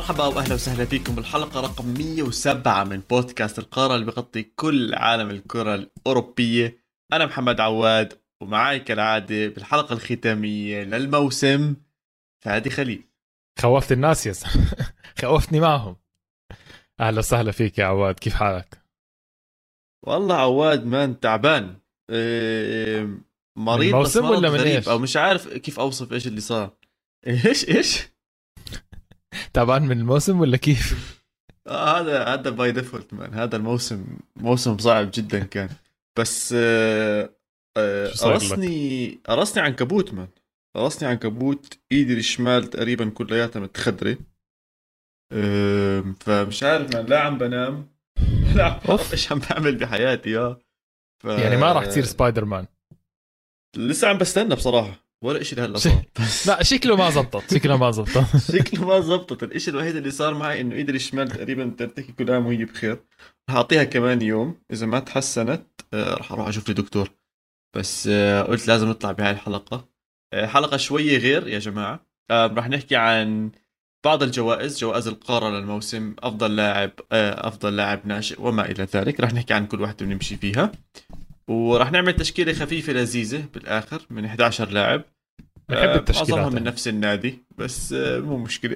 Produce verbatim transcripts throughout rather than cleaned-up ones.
مرحبا واهلا وسهلا فيكم بالحلقه رقم مية وسبعة من بودكاست القاره اللي بغطي كل عالم الكره الاوروبيه. انا محمد عواد ومعاي كالعاده بالحلقه الختاميه للموسم فادي خليل. خوفت الناس يا زلمة. خوفتني معهم. اهلا وسهلا فيك يا عواد، كيف حالك؟ والله عواد مان تعبان، إيه، من مريض بس الموسم مرض ولا من غريب او ايش؟ مش عارف كيف اوصف ايش اللي صار. ايش ايش تعبان من الموسم ولا كيف؟ آه هذا هذا باي ديفولت مان. هذا الموسم موسم صعب جدا كان. بس آه آه شو صاير لك؟ قرصني قرصني عنكبوت مان. قرصني عنكبوت ايدي الشمال تقريبا كلياتها متخدرة. آه فمش عارف مان، لا عم بنام لا عم بعرف اوف. ايش عم بعمل بحياتي. اه ف يعني ما راح تصير سبايدر مان؟ لسه عم بستنى بصراحة، ولا اشي لهلا ش... صار بس لا شكله ما زبطت، شكله ما زبطت. شكله ما زبطت. الاشي الوحيد اللي صار معي انه ايدي الشمال تقريبا ترتكي كل عام وهي بخير. رح اعطيها كمان يوم، اذا ما تحسنت آه، رح اروح اشوف لي دكتور. بس آه، قلت لازم نطلع بهاي الحلقة. آه، حلقة شوية غير يا جماعة. آه، رح نحكي عن بعض الجوائز، جوائز القارة للموسم، افضل لاعب، آه، افضل لاعب ناشئ وما الى ذلك. رح نحكي عن كل واحدة بنمشي فيها، ورح نعمل تشكيلة خفيفة لذيذة بالاخر من إحدى عشر لاعب. بنحب آه، معظمها التشكيلات من احنا. نفس النادي بس آه، مو مشكلة.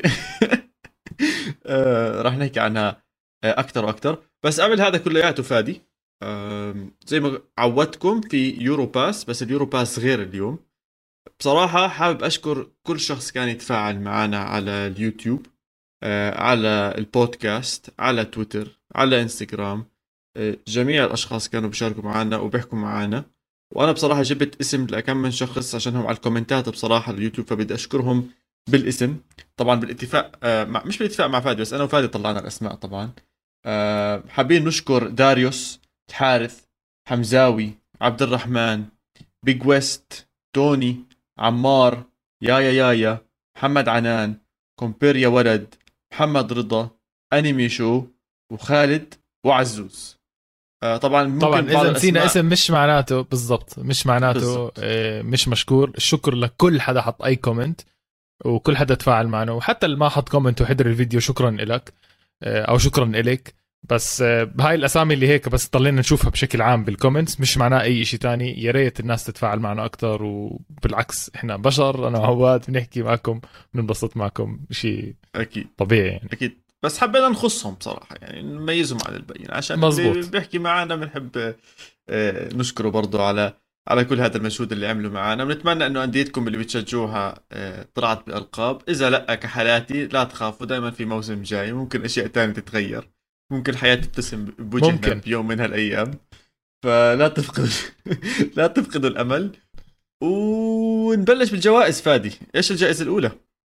آه، راح نحكي عنها آه، أكثر وأكثر. بس قبل هذا كلياته فادي، آم، زي ما عودتكم في يورو باس، بس اليورو باس غير اليوم. بصراحة حابب أشكر كل شخص كان يتفاعل معنا على اليوتيوب، آه، على البودكاست، على تويتر، على انستغرام. آه، جميع الأشخاص كانوا بيشاركوا معنا وبيحكوا معنا. وأنا بصراحة جبت اسم لكم من شخص عشانهم على الكومنتات بصراحة على اليوتيوب، فبدي أشكرهم بالاسم. طبعا بالاتفاق آه، مع مش بالاتفاق مع فادي، بس أنا وفادي طلعنا الأسماء طبعا. آه، حابين نشكر داريوس، حارث، حمزاوي، عبد الرحمن، بيج ويست، توني، عمار، يايا يايا، محمد عنان، كومبير يا ولد، محمد رضا، انمي شو، وخالد، وعزوز. آه طبعا ممكن طبعا بعض اذا نسينا الاسماء. اسم مش معناته بالضبط، مش معناته بالضبط. آه، مش مشكور. الشكر لكل حدا حط اي كومنت وكل حدا تفاعل معنا، وحتى اللي ما حط كومنت وحضر الفيديو شكرا لك او شكرا إليك. بس بهاي الاسامي اللي هيك بس ضلينا نشوفها بشكل عام بالكومنتس، مش معناه اي شيء تاني. يا ريت الناس تتفاعل معنا اكتر، وبالعكس احنا بشر، انا وعواد بنحكي معكم، بننبسط معكم، شيء اكيد طبيعي يعني. اكيد، بس حبينا نخصهم بصراحه، يعني نميزهم عن الباقيين عشان اللي مزبوط. بيحكي معنا بنحب آه، نشكره برضو على على كل هذا المجهود اللي عملوا معنا. بنتمنى انه انديتكم اللي بتشجعوها آه، طلعت بالقاب. اذا لا كحالاتي لا تخافوا، دائما في موسم جاي ممكن اشياء تانية تتغير، ممكن الحياة تبتسم بوجهنا ممكن. بيوم من هالايام. فلا تفقدوا لا تفقدوا الامل. ونبلش بالجوائز. فادي، ايش الجائزة الاولى؟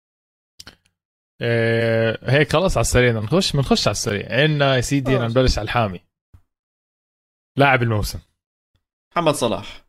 اه هيك خلص على السريع نخش بنخش على السريع. عندنا يا سيدي، اه نبلش على الحامي، لاعب الموسم. محمد صلاح.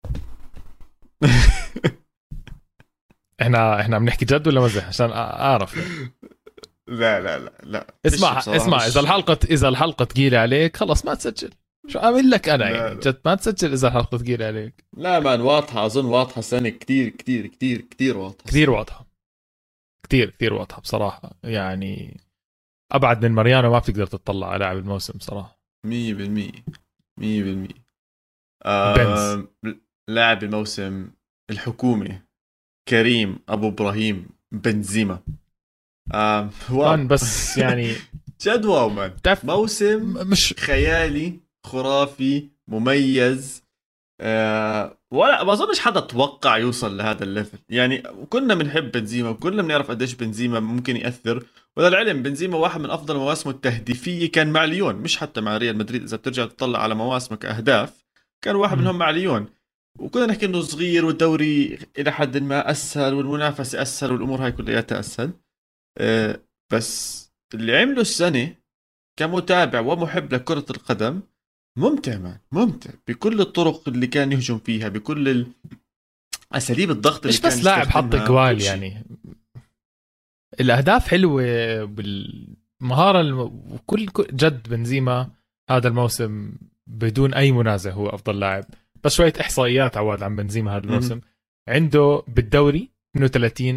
احنا احنا بنحكي جد ولا مزح عشان أ- اعرف يعني. لا لا لا لا فيش اسمع بصراحة، اسمع، اذا مش الحلقه اذا الحلقه ثقيله عليك خلص ما تسجل. شو اعمل لك انا لا يعني؟ لا جد ما تسجل اذا الحلقه ثقيله عليك. لا مان، واضحة، أظن واضحة السنة، كتير كتير كتير كتير واضحة كثير السنة. واضحه، كثير كثير واضحه بصراحه يعني. ابعد من ماريانو ما بتقدر تطلع على لاعب الموسم صراحه. مية بالمية. مية بالمية. بنز. آه لاعب الموسم الحكومة كريم أبو إبراهيم بنزيما. آه مان واو. بس يعني جد واو مان، بتعرف موسم م- مش خيالي خرافي مميز. آه ولا ما اظنش حدا توقع يوصل لهذا الليفل. يعني كنا بنحب بنزيما وكلنا بنعرف قديش بنزيما ممكن يأثر. وللعلم بنزيما واحد من افضل مواسمه التهديفية كان مع ليون، مش حتى مع ريال مدريد. اذا بترجع تطلع على مواسمه كاهداف كان واحد م. منهم مع ليون. وكنا نحكي انه صغير والدوري الى حد ما اسهل والمنافسة اسهل والامور هاي كلياتها اسهل. آه بس اللي عمله السنة كمتابع ومحب لكرة القدم ممتع مان، ممتع بكل الطرق اللي كان يهجم فيها، بكل أساليب الضغط اللي مش كان بس لاعب حط يستخدمها، جوال كل شيء. يعني. الاهداف حلوه بالمهاره الم... وكل كل- جد بنزيما هذا الموسم بدون اي منازع هو افضل لاعب. بس شويه احصائيات عواد عن بنزيما هذا مهم. الموسم. عنده بالدوري اثنين وثلاثين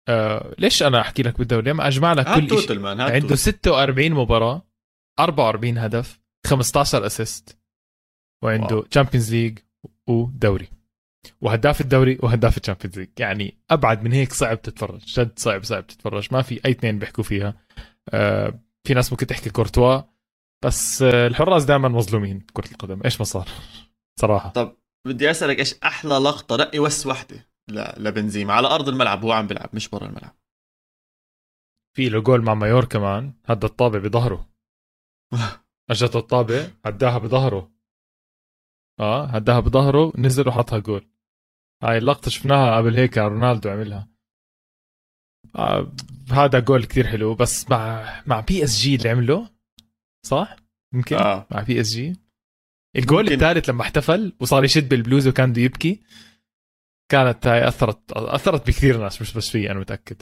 آه ليش انا احكي لك بالدوري؟ ما اجمع لك كل شيء. عنده توتل. ستة وأربعين مباراه، أربعة وأربعين هدف، خمستاشر اسيست، وعنده تشامبيونز ليج ودوري، وهداف الدوري وهداف الشامبيونز ليج. يعني ابعد من هيك صعب تتفرج، جد صعب صعب تتفرج، ما في اي اثنين بيحكوا فيها. آه في ناس ممكن تحكي كورتوا، بس آه الحراس دائما مظلومين كرة القدم، ايش ما صار صراحة. طب بدي اسالك ايش احلى لقطة رأي بس وحده لبنزيما على ارض الملعب، هو عم بيلعب مش برا الملعب؟ في له جول مع مايور كمان، هدى الطابة بظهره. اجت الطابة هداها بظهره، اه هداها بظهره، نزل وحطها جول. هاي اللقطة شفناها قبل هيك رونالدو عملها. آه هذا جول كتير حلو، بس مع مع بي اس جي اللي عمله صح ممكن آه. مع بي اس جي الجول ممكن. الثالث لما احتفل وصار يشد بالبلوز وكان بده يبكي، كانت هاي اثرت اثرت بكثير ناس، مش بس فيه انا متاكد.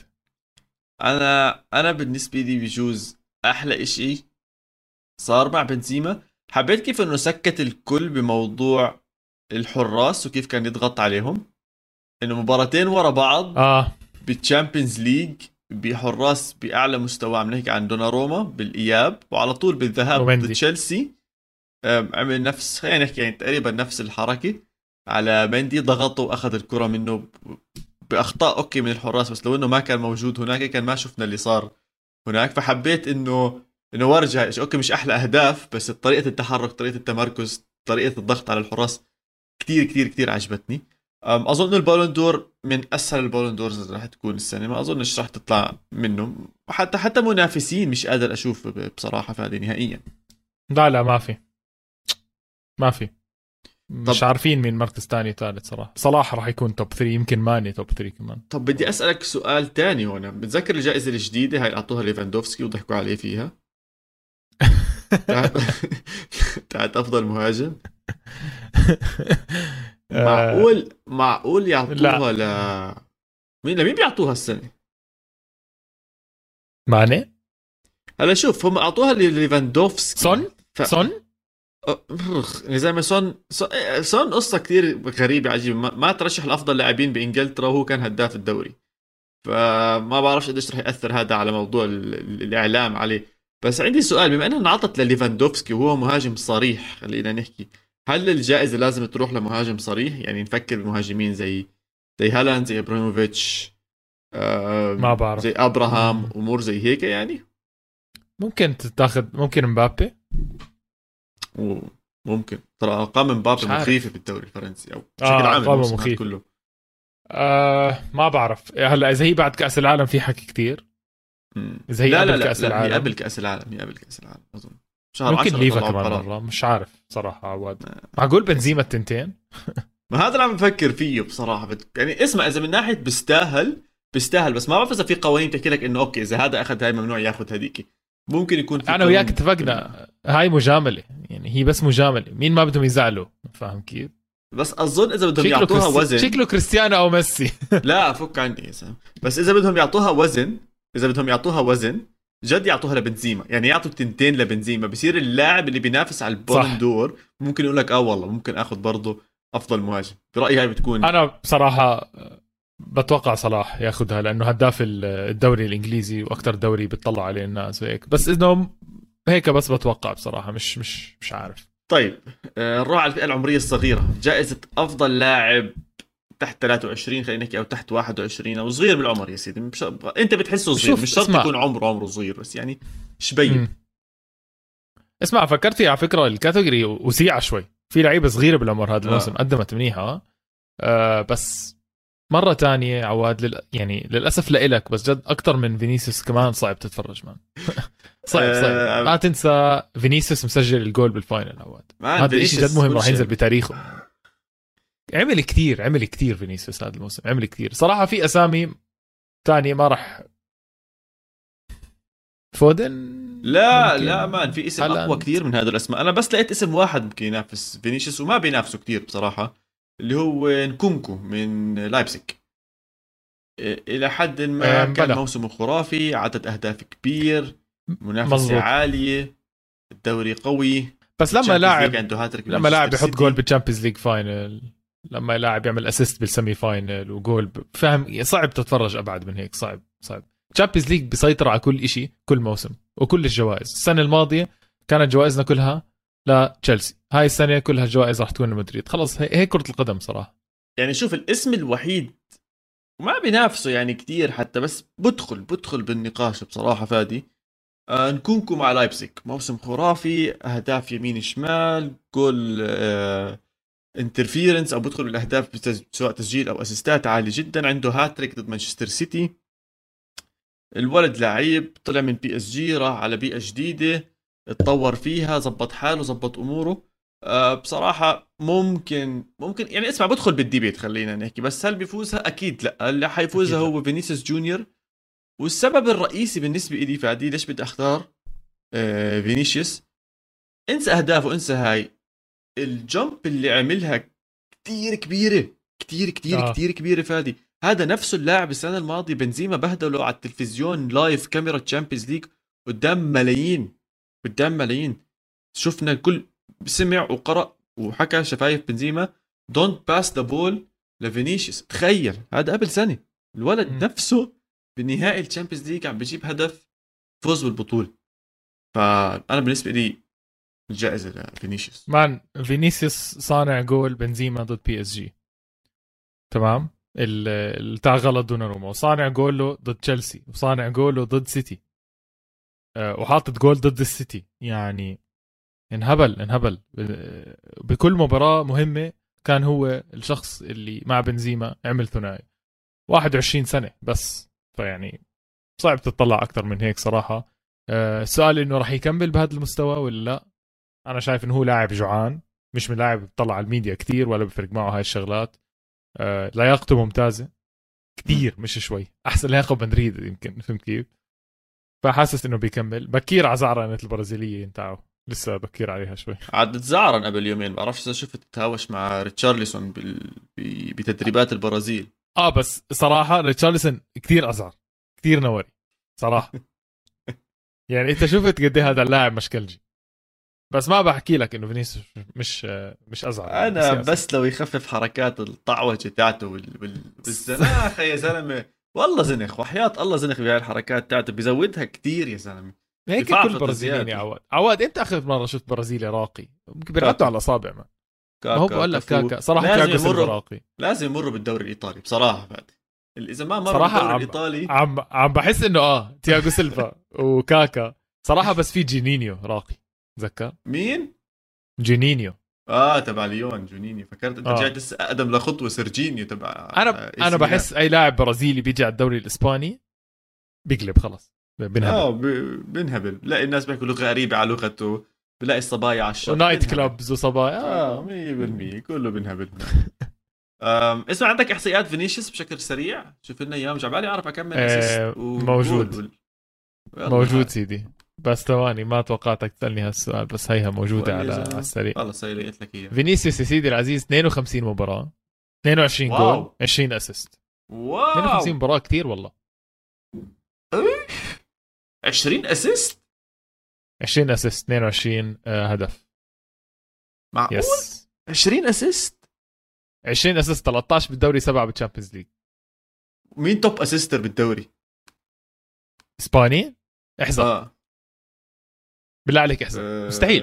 انا انا بالنسبه لي بيجوز احلى إشي صار مع بنزيما، حبيت كيف انه سكت الكل بموضوع الحراس وكيف كان يضغط عليهم، انه مباراتين ورا بعض اه بالتشامبيونز ليج بحراس باعلى مستوى، عم نحكي عن دوناروما بالاياب، وعلى طول بالذهاب ضد تشيلسي عمل نفس، خلينا نحكي يعني تقريبا نفس الحركه على مندي، ضغطه واخذ الكره منه باخطاء اوكي من الحراس، بس لو انه ما كان موجود هناك كان ما شفنا اللي صار هناك. فحبيت انه انه ورجع اوكي مش احلى اهداف، بس طريقه التحرك، طريقه التمركز، طريقه الضغط على الحراس كتير كتير كتير عجبتني. اظن انه البالون دور من اسهل البالون دورز راح تكون السنه، ما اظنش راح تطلع منه حتى حتى منافسين مش قادر اشوف بصراحه فادي نهائيا. لا لا ما في ما في مش عارفين مين مركز تاني ثالث صراحه. صلاح راح يكون توب ثلاثة، يمكن ماني توب ثلاثة كمان. طب بدي اسالك سؤال تاني هون، بتذكر الجائزه الجديده هاي اللي اعطوها ليفاندوفسكي وضحكوا عليه فيها تاعت افضل مهاجم؟ معقول معقول يعطوها ل مين لمين بيعطوها السنه؟ ماني هلا شوف هم اعطوها لليفاندوفسكي. سون ف... سون زي ما سون سون قصة كتير غريبة عجيبة، ما ترشح لأفضل لاعبين بإنجلترا وهو كان هداف الدوري، فما بعرفش قديش رح يأثر هذا على موضوع الإعلام عليه. بس عندي سؤال، بما أنها انعطت لليفاندوفسكي وهو مهاجم صريح، خلينا نحكي هل الجائزة لازم تروح لمهاجم صريح؟ يعني نفكر بمهاجمين زي زي هالاند، زي إبراهيموفيتش، ما بعرف، زي أبراهام، أمور زي هيك يعني. ممكن تتاخذ، ممكن مبابي، ممكن ترى ارقام مبابي مخيفه بالدوري الفرنسي او بشكل آه عام الموسم كله. آه ما بعرف هلا اذا هي بعد كاس العالم في حكي كتير. اذا هي لا قبل لا لا كاس لا العالم، هي قبل كاس العالم، هي قبل كاس العالم اظن شهر عشرة. ممكن ليفا كمان مره، مش عارف صراحه. عواد معقول بنزيما التنتين؟ ما هذا اللي عم بفكر فيه بصراحه. يعني اسمع، اذا من ناحيه بيستاهل بيستاهل، بس ما بعرف اذا في قوانين تحكي لك انه اوكي اذا هذا اخذ هاي ممنوع ياخذ هذيك. ممكن يكون في انا وياك اتفقنا هاي مجامله، يعني هي بس مجامله، مين ما بدهم يزعلوا، فاهم كيف؟ بس اظن اذا بدهم يعطوها كريستي... وزن شكله كريستيانو او ميسي. لا فك عني يا سام. بس اذا بدهم يعطوها وزن، اذا بدهم يعطوها وزن جد يعطوها لبنزيما، يعني يعطوا التنتين لبنزيما، بصير اللاعب اللي بينافس على البالون دور ممكن يقول لك اه والله ممكن اخذ برضه افضل مهاجم. برايي هاي بتكون، انا بصراحه بتوقع صلاح ياخذها لانه هداف الدوري الانجليزي واكثر دوري بتطلع عليه الناس وهيك، بس انه هيك بس بتوقع بصراحه، مش مش مش عارف. طيب نروح على الفئه العمريه الصغيره، جائزه افضل لاعب تحت ثلاثة وعشرين خلينا نحكي، او تحت واحد وعشرين، او صغير بالعمر يا سيدي. مش... انت بتحسه صغير، مش شرط يكون عمره عمره صغير، بس يعني شبيه. اسمع فكرت فيها على فكره الكاتيجوري وسيعه شوي، في لعيبه صغيره بالعمر هذا الموسم آه. قدمت منيحه آه بس مرة تانية عواد لل... يعني للأسف لإلك، بس جد أكتر من فينيسيوس كمان صعب تتفرج مان. صعب صعب ما تنسى فينيسيوس مسجل الجول بالفاينل عواد، هذا الشيء جد مهم راح ينزل بتاريخه. عمل كتير عمل كتير فينيسيوس هذا الموسم، عمل كتير صراحة. في أسامي تانية ما راح، فودن لا لا مان، في اسم حلان. أقوى كتير من هذا الأسماء. أنا بس لقيت اسم واحد ممكن ينافس فينيسيوس وما بينافسه كتير بصراحة، اللي هو نكونكو من لايبسك. إلى حد ما كان موسم خرافي، عدد أهداف كبير، منافسة مزبوط. عالية، الدوري قوي، بس لما لاعب لما لاعب يحط جول بالتشامبيونز ليج فاينل لما لاعب يعمل اسيست بالسيمي فاينل وجول ب... فاهم صعب تتفرج ابعد من هيك. صعب صعب. تشامبيونز ليج بيسيطر على كل إشي كل موسم وكل الجوائز. السنه الماضيه كانت جوائزنا كلها لتشيلسي، هاي السنه كلها الجوائز راح تكون لمدريد. خلص هيك كره القدم صراحه. يعني شوف الاسم الوحيد وما بينافسه يعني كتير حتى، بس بدخل بدخل بالنقاش بصراحه فادي. آه نكونكم مع لايبزيج موسم خرافي، اهداف يمين شمال، جول آه انترفيرنس او بدخل بالاهداف بتز... سواء تسجيل او اسيستات عالي جدا. عنده هاتريك ضد مانشستر سيتي. الولد لعيب، طلع من بي اس جي راح على بيئه جديده، اتطور فيها، زبط حاله، زبط اموره. أه بصراحه ممكن ممكن يعني اسمع بدخل بالديبيت خلينا نحكي، بس هل بيفوزها؟ اكيد لا. اللي حيفوزها هو فينيسيوس جونيور. والسبب الرئيسي بالنسبه لي فادي ليش بدي اختار أه فينيسيوس، انسى اهدافه، انسى هاي الجمب اللي عملها كتير كبيره، كتير كتير آه. كتير كبيره فادي. هذا نفسه اللاعب السنه الماضيه بنزيما بهدله على التلفزيون لايف كاميرا تشامبيونز ليج قدام ملايين، قدام ملايين. شفنا الكل سمع وقرأ وحكى شفايف بنزيما دونت باس ذا بول لفينيسيوس. تخيل هذا قبل سنه الولد م. نفسه بنهائي الشامبيونز ليج عم بجيب هدف فوز بالبطوله. فانا بالنسبه لي الجائزه لفينيسيوس. مان فينيسيوس صانع جول بنزيما ضد بي اس جي، تمام؟ اللي تاع غلط دوناروما، وصانع جوله ضد تشيلسي، وصانع جوله ضد سيتي، أه وحاطط جول ضد السيتي. يعني انهبل انهبل بكل مباراة مهمة. كان هو الشخص اللي مع بنزيما عمل ثنائي. واحد وعشرين سنة بس، فيعني صعب تطلع أكتر من هيك صراحة. أه السؤال إنه راح يكمل بهذا المستوى ولا لا؟ أنا شايف إنه هو لاعب جوعان، مش من لاعب بيطلع على الميديا كتير ولا بفرق معه هاي الشغلات. أه لياقته ممتازة كتير، مش شوي، أحسن لياقة بمدريد يمكن، فهمت كيف؟ فحاسس إنه بيكمل. بكير على زعرنة البرازيلية نتاعه، لسه بكير عليها شوي. عاد تزعرن قبل يومين، بعرفش اذا شفت تهاوش مع ريتشارلسون بال... ب- بتدريبات البرازيل. اه بس صراحة ريتشارلسون كتير أزعر، كتير نوري صراحة. يعني انت شفت قد ايه هذا اللاعب مشكلجي. بس ما بحكي لك انه فينيسيوس مش مش ازعر يعني. انا بس, بس لو يخفف حركات الطعوجه تاعته وال... وال... بالزناخه يا زلمه، والله زنخ وحياة الله زنخ بهاي الحركات تاعته، بيزودها كتير يا زلمه. هيك كل بفعفط برازيليين يا زيادة. عواد. عواد انت اخر مرة شفت برازيلي راقي؟ بيرعدوا على الاصابع. ما ما هو بقول لك كافو. كاكا صراحة، لازم تياغو سيلفا يمروا راقي لازم يمروا بالدوري الايطالي بصراحه بعد. اذا ما مروا صراحة. بالدوري عم الايطالي عم عم بحس انه اه تياغو سيلفا وكاكا صراحة. بس في جينينيو راقي، تذكر مين؟ جينينيو؟ اه تبع ليون جونيني، فكرت انت آه. جاي لسه اقدم لخطوه سيرجينيو تبع انا إي انا سي بحس اي لاعب برازيلي بيجي على الدوري الاسباني بيقلب خلص، بنهبل. اه ب- بنهبل. بلاقي الناس بيحكوا لغه غريبه على لغته، بلاقي الصبايا على الشط ونايت بنهبل. كلابز وصبايا اه آه. مية بالمية كله بنهبل. أم اسمع، عندك احصائيات فينيسيوس بشكل سريع؟ شوف لنا اياه، مش عبالي اعرف اكمل اسيست آه وجول موجود وال... يلا موجود هاي. سيدي. بس ثواني، ما توقعتك تسألني هالسؤال، بس هيها موجودة ولا على يا زلمة. على السريع. خلص هي لقيت لك اياه. فينيسيوس يا سيدي العزيز اثنين وخمسين مباراة، اثنين وعشرين واو. جول، عشرين اسيست. واو اثنين وخمسين مباراة كتير والله. عشرين اسيست، عشرين اسيست، اثنين وعشرين آه هدف. معقول؟ يس عشرين اسيست. عشرين اسيست، ثلاثة عشر بالدوري، سبعة بالتشامبيونز ليج. مين توب اسيستر بالدوري؟ اسباني؟ احذر اه بالله عليك، احذر. آه، مستحيل.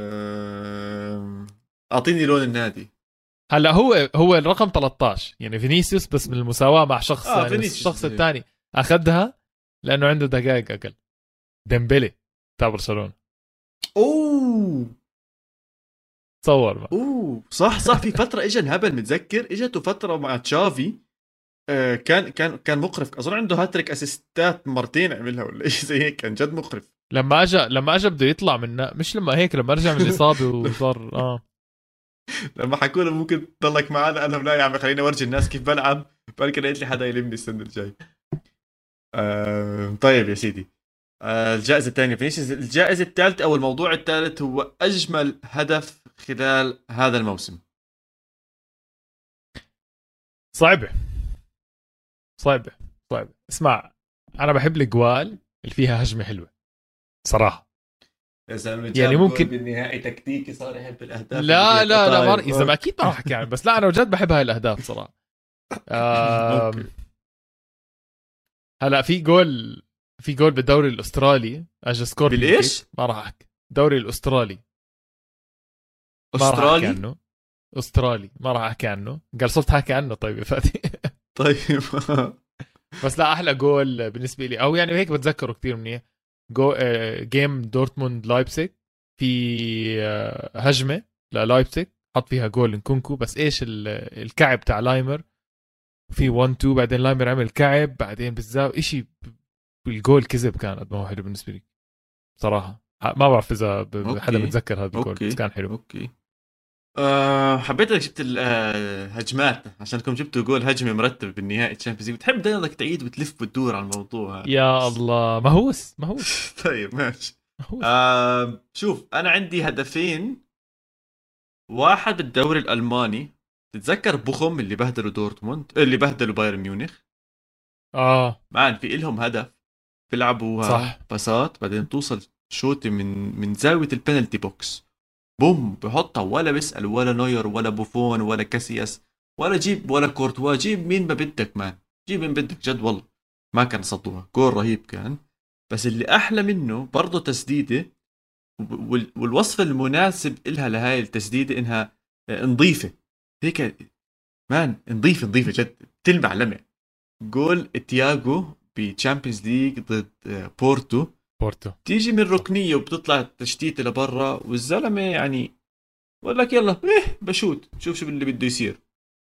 اعطيني لون النادي. هلا هو هو الرقم ثلاثة عشر، يعني فينيسيوس بس من المساواة مع شخص آه، يعني فينيسيوس. الشخص الثاني اخذها لانه عنده دقائق اقل. ديمبلي تاع برشلونة. اوه تصور ما. اوه صح صح. في فتره اجى انهبل، متذكر اجته فتره مع تشافي. آه كان كان كان مقرف. اظن عنده هاتريك اسيستات مرتين عملها ولا شيء زي هيك، كان جد مقرف. لما اجى لما اجى بده يطلع من، مش لما هيك، لما رجع من الاصابه وصار اه لما حكوا له ممكن تضلك معنا، قال لهم لا يا عمي خليني اورجي الناس كيف بلعب، بلكي لقيت لي حدا يلمني السنه الجاي. آه طيب يا سيدي، آه الجائزه الثانيه فينيسيوس. الجائزه الثالثه او الموضوع الثالث هو اجمل هدف خلال هذا الموسم. صعبه صعبه صعبه. اسمع، انا بحب الجوال اللي فيها هجمه حلوه صراحه. يا زلمه يعني ممكن بالنهائي تكتيكي صار يحب الاهداف لا لا لا مر... اذا ما اكيد ما راح احكي عنه، بس لا انا جد بحب هاي الاهداف صراحه. آم... اوكي هلا في جول في جول بالدوري الاسترالي اجى سكوربيون بالايش؟ كيك، ما راح احكي الدوري الاسترالي، ما راح احكي استرالي عنه. استرالي ما راح احكي عنه، قال صرت حكي عنه طيب يا فادي. طيب بس لا احلى جول بالنسبه لي او يعني هيك بتذكره كثير منيح، جو آه، جيم دورتموند لايبسيك، في آه، هجمه للايبسيك حط فيها جول نكونكو، بس ايش ال- الكعب تاع لايمر في واحد اثنين، بعدين لايمر عمل كعب، بعدين بالزاويه إشي بالجول كذب كان قد ما هو حلو بالنسبه لي صراحه. ما بعرف اذا ب- ب- حدا اوكي بتذكر هذا الجول، بس اوكي كان حلو. اوكي أه حبيت انك جبت الهجمات عشانكم جبتوا جول هجمه مرتب بالنهائي تشامبيونز ليج، بتحب دائما انك تعيد وتلف وتدور على الموضوع هذا. يا الله مهووس مهووس طيب ماشي. مهووس. أه شوف انا عندي هدفين، واحد بالدوري الالماني، تتذكر بوخم اللي بهدلوا دورتموند اللي بهدلوا بايرن ميونخ؟ اه مان في إلهم هدف بيلعبوها صح باسات بعدين توصل شوطه من من زاويه البنالتي بوكس، بوم بحطها، ولا بيسأل ولا نوير ولا بوفون ولا كاسياس ولا جيب ولا كورتوا، جيب مين ما بدك مان، جيب مين بدك جد والله. ما كان صدوها، جول رهيب كان. بس اللي احلى منه برضه تسديده، وال- والوصف المناسب إلها لهاي التسديده انها نظيفه هيك مان، نظيفه نظيفه جد تلمع لمع. جول تياغو بتشامبيونز ليج ضد بورتو، بورتو تيجي من ركنيه وبتطلع تشتيته لبرا، والزلمه يعني بقول لك يلا إيه بشوت شوف شو اللي بده يصير.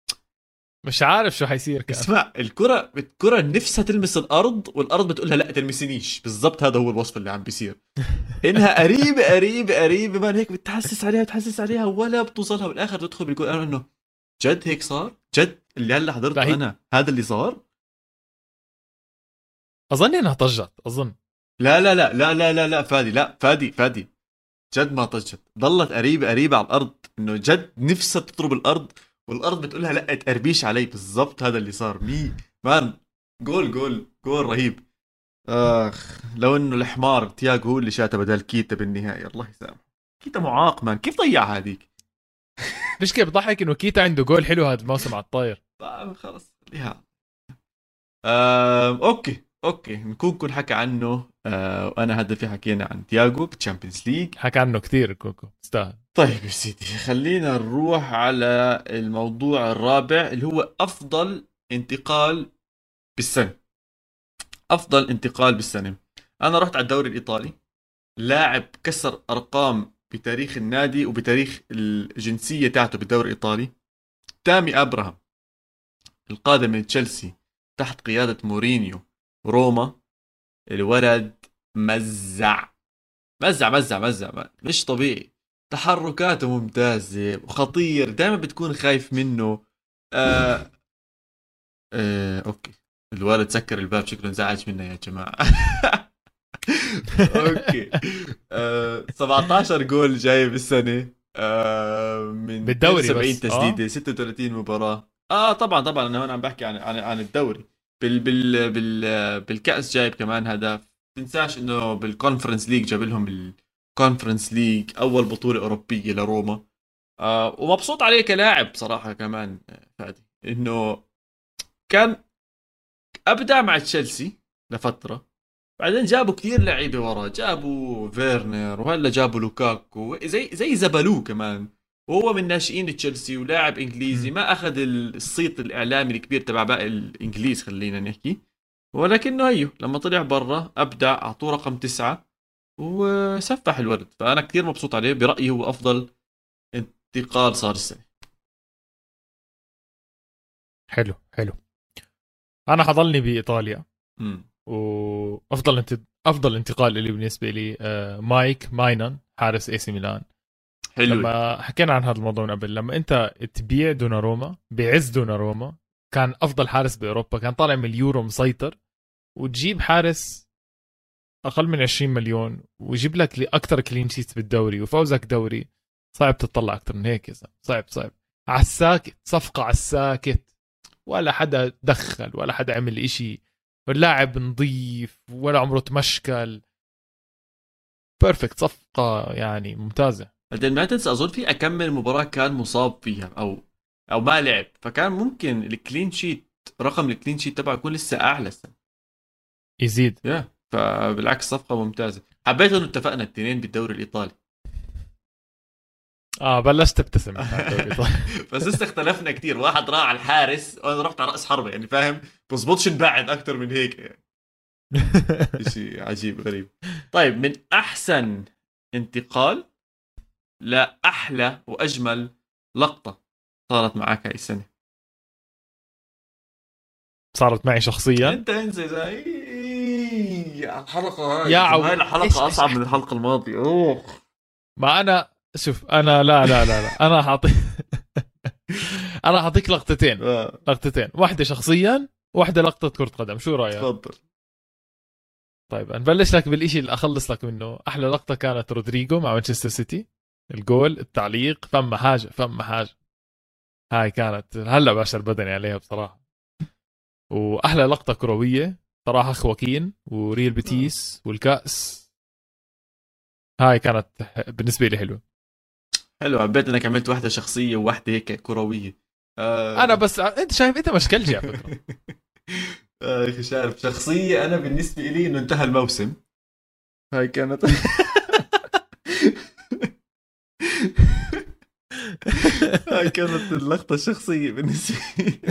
مش عارف شو حيصير كان. اسمع الكرة الكرة نفسها تلمس الأرض والأرض بتقولها لا تلمسنيش، بالضبط هذا هو الوصف اللي عم بيصير. إنها قريبة قريبة قريبة مان، هيك بتحسس عليها بتحسس عليها ولا بتوصلها، بالآخر تدخل بالجول. أنا إنه جد هيك صار، جد اللي هلا حضرته هي... أنا هذا اللي صار. اظن انها طجت اظن. لا لا لا لا لا لا لا فادي، لا فادي فادي جد ما طجت، ضلت قريبة قريبة على الأرض، إنه جد نفسها تضرب الأرض والأرض بتقولها لا تقربيش علي، بالضبط هذا اللي صار. مي مان جول جول جول رهيب. آخ لو إنه الحمار تياغو هو اللي شاته بدل كيتا بالنهاية، الله يسامحه. كيتا معاق مان، كيف ضيع هذيك؟ مش كيف بضحك انه كيتا عنده جول حلو هذا الموسم على الطاير. خلص خليها. آه، أوكي أوكي نكون كل حكى عنه. آه، وأنا هدفي حكينا عن تياغو بالتشامبيونز ليج، حكى عنه كثير كوكو استاهل. طيب يا سيدي خلينا نروح على الموضوع الرابع اللي هو أفضل انتقال بالسنة. أفضل انتقال بالسنة، أنا رحت على الدوري الإيطالي، لاعب كسر أرقام بتاريخ النادي وبتاريخ الجنسية تاعته بالدوري الإيطالي، تامي أبراهام القادم من تشيلسي تحت قيادة مورينيو روما. الولد مزع مزع مزع مزع مش طبيعي، تحركاته ممتازة وخطير، دائما بتكون خايف منه. آه آه أوكي الولد سكر الباب شكله انزعج منه يا جماعة. أوكي آه سبعتاشر جول جاي بالسنة، آه من بالدوري سبعين بس تسديدة آه. ستة وثلاثين مباراة. اه طبعا طبعا انا هون عم بحكي عن عن عن الدوري. بال بال بال بالكأس جايب كمان هدف، تنساش انه بالكونفرنس ليج جاب لهم الكونفرنس ليج اول بطولة اوروبية لروما. آه ومبسوط عليه كلاعب صراحة كمان فادي، انه كان ابدع مع تشيلسي لفترة، بعدين جابوا كثير لعيبة ورا، جابوا فيرنر وهلا جابوا لوكاكو زي زي زبالو كمان، وهو من ناشئين تشيلسي ولاعب انجليزي، م. ما اخذ الصيت الاعلامي الكبير تبع باقي الانجليز خلينا نحكي، ولكنه هيو لما طلع برا ابدع، اعطوه رقم تسعة وسفح الورد. فانا كثير مبسوط عليه، برايي هو افضل انتقال صار السنه. حلو حلو. انا حضلني بايطاليا، امم وافضل انت... افضل انتقال اللي بالنسبه لي آه مايك ماينان حارس اي سي ميلان. حلو. لما حكينا عن هذا الموضوع من قبل، لما انت تبيع دوناروما بعز دوناروما كان افضل حارس باوروبا، كان طالع من اليورو مسيطر، وتجيب حارس اقل من عشرين مليون ويجيب لك اكثر كلين شيت بالدوري وفوزك دوري، صعب تطلع اكثر من هيك يا زلمه، صعب صعب. على الساكت، صفقه على الساكت، ولا حدا دخل ولا حدا عمل إشي، واللاعب نظيف ولا عمره تمشكل. بيرفكت، صفقه يعني ممتازه. بعدين ما تنسى اظن في اكمل مباراه كان مصاب فيها او او ما لعب، فكان ممكن الكلين شيت، رقم الكلين شيت تبعه يكون لسه اعلى سنة. يزيد. يا فبالعكس صفقه ممتازه. حبيت انه اتفقنا الاثنين بالدوري الايطالي. اه بلشت تبتسم. بس لسه اختلفنا كتير، واحد راح على الحارس وانا رحت على راس حربه، يعني فاهم بزبطش نبعد اكتر من هيك يعني. شيء عجيب غريب. طيب من احسن انتقال لاحلى واجمل لقطه صارت معك هاي السنه. صارت معي شخصيا. انت انسى زي الحلقه هاي، يا عو... هاي الحلقه اصعب من الحلقه الماضيه. اوه ما انا شوف انا لا لا لا لا انا حاطي انا حاعطيك لقطتين. آه. لقطتين، واحده شخصيا واحده لقطه كره قدم. شو رايك؟ تفضل. طيب نبلش لك بالإشي اللي اخلص لك منه. احلى لقطه كانت رودريجو مع مانشستر سيتي، الجول، التعليق، فما حاجه فما حاجه. هاي كانت هلا باشر بدني عليها بصراحه. واحلى لقطه كرويه صراحه خواكين وريال بيتيس والكاس. هاي كانت بالنسبه لي حلوه. حلو، حبيت انك عملت واحده شخصيه وواحده هيك كرويه. آه. انا بس انت شايف انت مشكلتي على فكره. آه يا اخي مش عارف، شخصيه انا بالنسبه لي انه انتهى الموسم. هاي كانت هاي كانت اللقطه الشخصيه بالنسبه لي.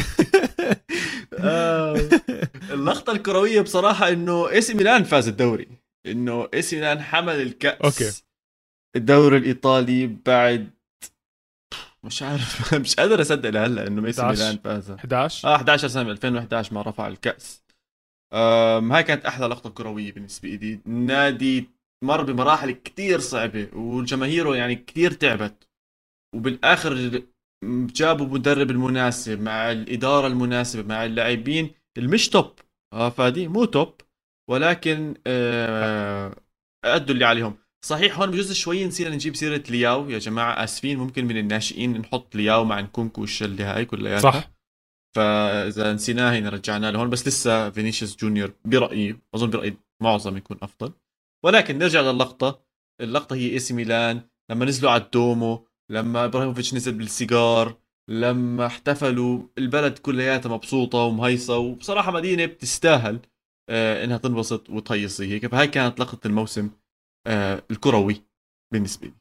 آه. اللقطه الكرويه بصراحه انه اي سي ميلان فاز الدوري، انه اي سي ميلان حمل الكاس. اوكي. الدوري الايطالي بعد مش عارف مش قادر اصدق لهلا انه اي سي ميلان فاز. إحدى عشر اه إحدى عشر سنه، ألفين وإحدى عشر ما رفع الكاس. آم هاي كانت احلى لقطه كرويه بالنسبه لي. نادي مر بمراحل كتير صعبه والجماهيره يعني كتير تعبت، وبالاخر جابوا مدرب المناسب مع الاداره المناسبه مع اللاعبين المش توب. اه فادي مو توب، ولكن آه ادوا اللي عليهم. صحيح هون بجوز شوي نسينا نجيب سيره لياو يا جماعه، اسفين. ممكن من الناشئين نحط لياو مع نكونكو والشله هاي كلياتها، صح. فاذا نسيناه هنا رجعنا لهون. بس لسه فينيسيوس جونيور برايي، اظن برايي معظم يكون افضل. ولكن نرجع للقطه. اللقطه هي اي سي ميلان لما نزلوا على الدومو، لما ابراهيموفيتش نزل بالسيجار، لما احتفلوا، البلد كلياتها مبسوطه ومهيصه، وبصراحه مدينه بتستاهل آه انها تنبسط وتهيصي هيك. فهاي كانت لقطه الموسم آه الكروي بالنسبه لي.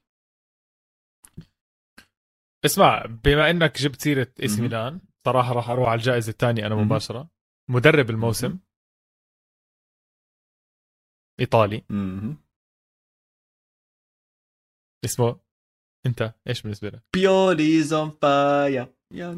اسمع، بما انك جبت سيره اي سي مهم. ميلان، صراحه راح اروح على الجائزه الثانيه انا مهم. مباشره. مدرب الموسم مهم. ايطالي مهم. اسمه، انت ايش بالنسبه لك؟ بيولي زون فاير.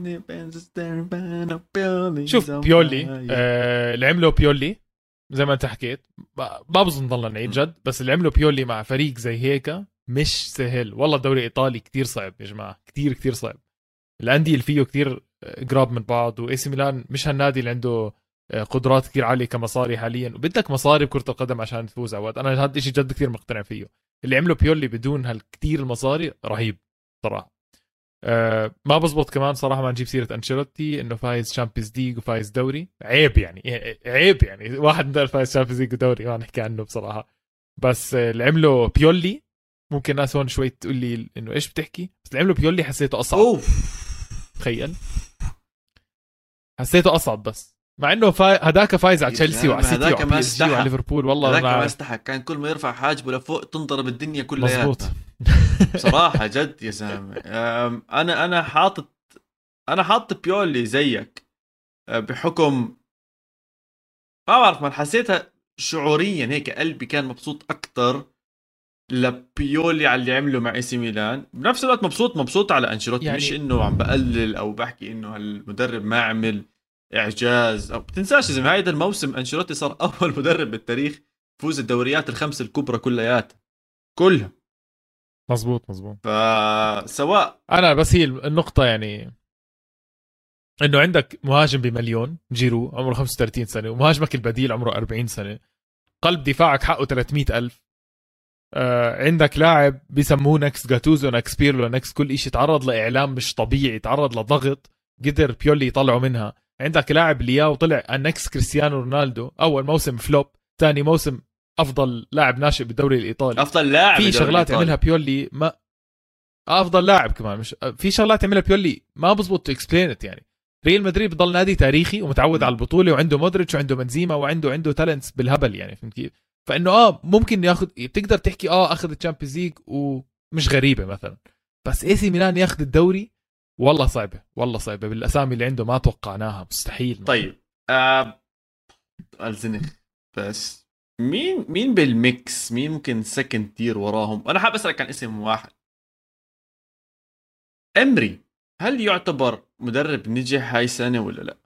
شوف بيولي آه اللي عمله بيولي زي ما انت حكيت، ما بظن ضلنا نعيد جد، بس اللي عمله بيولي مع فريق زي هيك مش سهل والله. الدوري الايطالي كتير صعب يا جماعه، كتير كتير صعب. الانديه اللي فيه كتير قراب من بعض، واي سي ميلان مش هالنادي اللي عنده قدرات كتير عاليه كمصاري حاليا، وبدك مصاري بكره القدم عشان تفوز عواد. انا هذا الشيء جد كتير مقتنع فيه. اللي عمله بيولي بدون هالكتير المصاري رهيب صراحه. أه ما بزبط كمان صراحه ما نجيب سيره انشيلوتي انه فايز شامبيونز ليج وفايز دوري. عيب يعني، عيب يعني واحد من فايز شامبيونز ليج ودوري ما نحكي عنه بصراحه. بس اللي عمله بيولي، ممكن ناس هون شوي تقول لي انه ايش بتحكي، بس اللي عمله بيولي حسيته اصعب. اوف تخيل، حسيته اصعب. بس مع انه فا... هداك فايز على تشيلسي وعلى سيتي وعلى بي اس جي وعلى ليفربول. والله هذاك ما استحق، كان كل ما يرفع حاجبه لفوق تنضرب الدنيا كلها. مزبوط. بصراحه جد يا زلمه. انا انا حاطط انا حاطط بيولي زيك بحكم ما بعرف، ما حسيتها شعوريا هيك قلبي كان مبسوط اكثر لبيولي على اللي عمله مع اي سي ميلان. بنفس الوقت مبسوط مبسوط على انشيلوتي يعني، مش انه عم بقلل او بحكي انه هالمدرب ما عمل اعجاز. او تنساش اذا هذا الموسم انشيلوتي صار اول مدرب بالتاريخ يفوز الدوريات الخمس الكبرى كلياتها كلها. مزبوط مزبوط. فسواء انا بس هي النقطه يعني انه عندك مهاجم بمليون جيرو عمره خمسة وثلاثين سنه، ومهاجمك البديل عمره أربعين سنه، قلب دفاعك حقه ثلاثمية ألف. آه عندك لاعب بيسموه نكس جاتوزو، نكس بيرلو، نكس كل إشي، تعرض لإعلام مش طبيعي، تعرض لضغط قدر بيولي يطلعه منها. عندك لاعب لياو طلع النكس كريستيانو رونالدو، أول موسم فلوب، ثاني موسم افضل لاعب ناشئ بالدوري الايطالي، افضل لاعب في شغلات يعملها بيولي ما افضل لاعب كمان، مش في شغلات يعملها بيولي ما بزبط تو اكسبلين يعني. ريال مدريد بضل نادي تاريخي ومتعود م. على البطوله، وعنده مودريتش وعنده بنزيما وعنده عنده تالنتس بالهبل يعني، فهمت كيف؟ فانه اه ممكن ياخذ، بتقدر تحكي اه اخذ الشامبيونز ليج ومش غريبه مثلا، بس اي سي ميلان ياخذ الدوري والله صعبه، والله صعبه بالاسامي اللي عنده، ما توقعناها، مستحيل. طيب آه الزنخ بس مين مين بالميكس، مين ممكن سكند تير وراهم؟ انا حاب اسالك عن اسم واحد، امري، هل يعتبر مدرب نجح هاي السنه ولا لا؟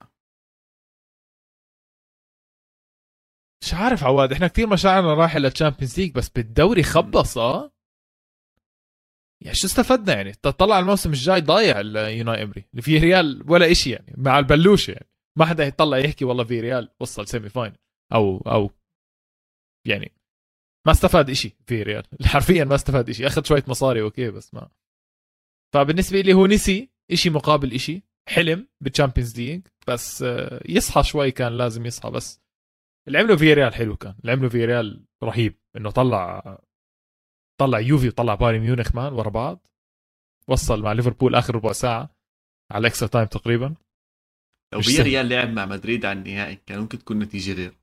مش عارف عواد، احنا كثير مشاعرنا رايحه للتشامبيونز ليج، بس بالدوري خبص. اه يعني شو استفدنا يعني؟ تطلع الموسم الجاي ضايع اليوناي امري اللي فيه ريال ولا إشي يعني، مع البلوشه يعني ما حدا يطلع يحكي والله في ريال وصل سيمي فاينل او او يعني ما استفاد إشي في ريال حرفيا، ما استفاد إشي، اخذ شويه مصاري اوكي بس ما. فبالنسبه لي هو نسي إشي مقابل إشي، حلم بالتشامبيونز ليج بس يصحى شوي، كان لازم يصحى. بس اللي عمله في ريال حلو، كان اللي عمله في ريال رهيب، انه طلع طلع يوفي وطلع بايرن ميونخ مان ورا بعض، وصل مع ليفربول اخر ربع ساعه على اكسترا تايم تقريبا. لو في ريال لعب مع مدريد على النهائي كان ممكن تكون نتيجه غير،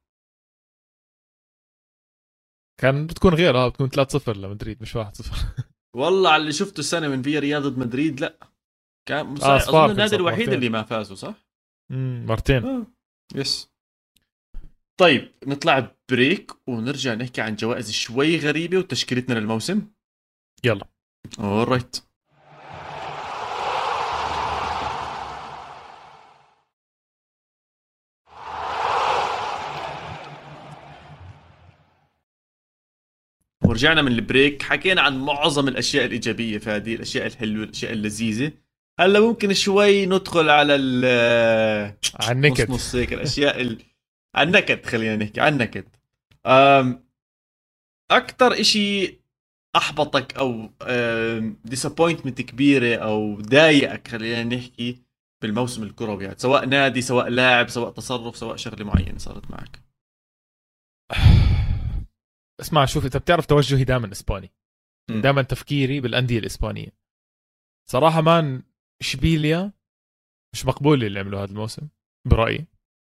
كان بتكون غير، اه بتكون ثلاثة صفر لمدريد مش واحد صفر. والله على اللي شفته السنه من في ريال ضد مدريد، لا كان آه اظن النادي الوحيد مرتين. اللي ما فازوا صح امم مرتين آه. يس. طيب نطلع بريك ونرجع نحكي عن جوائز شوي غريبه وتشكيلتنا للموسم. يلا alright. ورجعنا من البريك، حكينا عن معظم الاشياء الايجابيه في هذه الاشياء الحلوه، الاشياء اللذيذه. هلا ممكن شوي ندخل على ال على النكد، نص نص هيك الاشياء ال... على النكد، خلينا نحكي عن النكد. أم... اكثر اشي احبطك او ديسابوينتمنت كبيره او ضايقك خلينا نحكي بالموسم الكروي يعني، سواء نادي سواء لاعب سواء تصرف سواء شغله معينه صارت معك؟ اسمع شوف، انت بتعرف توجهي دائما اسباني، دائما تفكيري بالانديه الاسبانيه. صراحه مان اشبيليا مش مقبول اللي عملوا هذا الموسم برايي،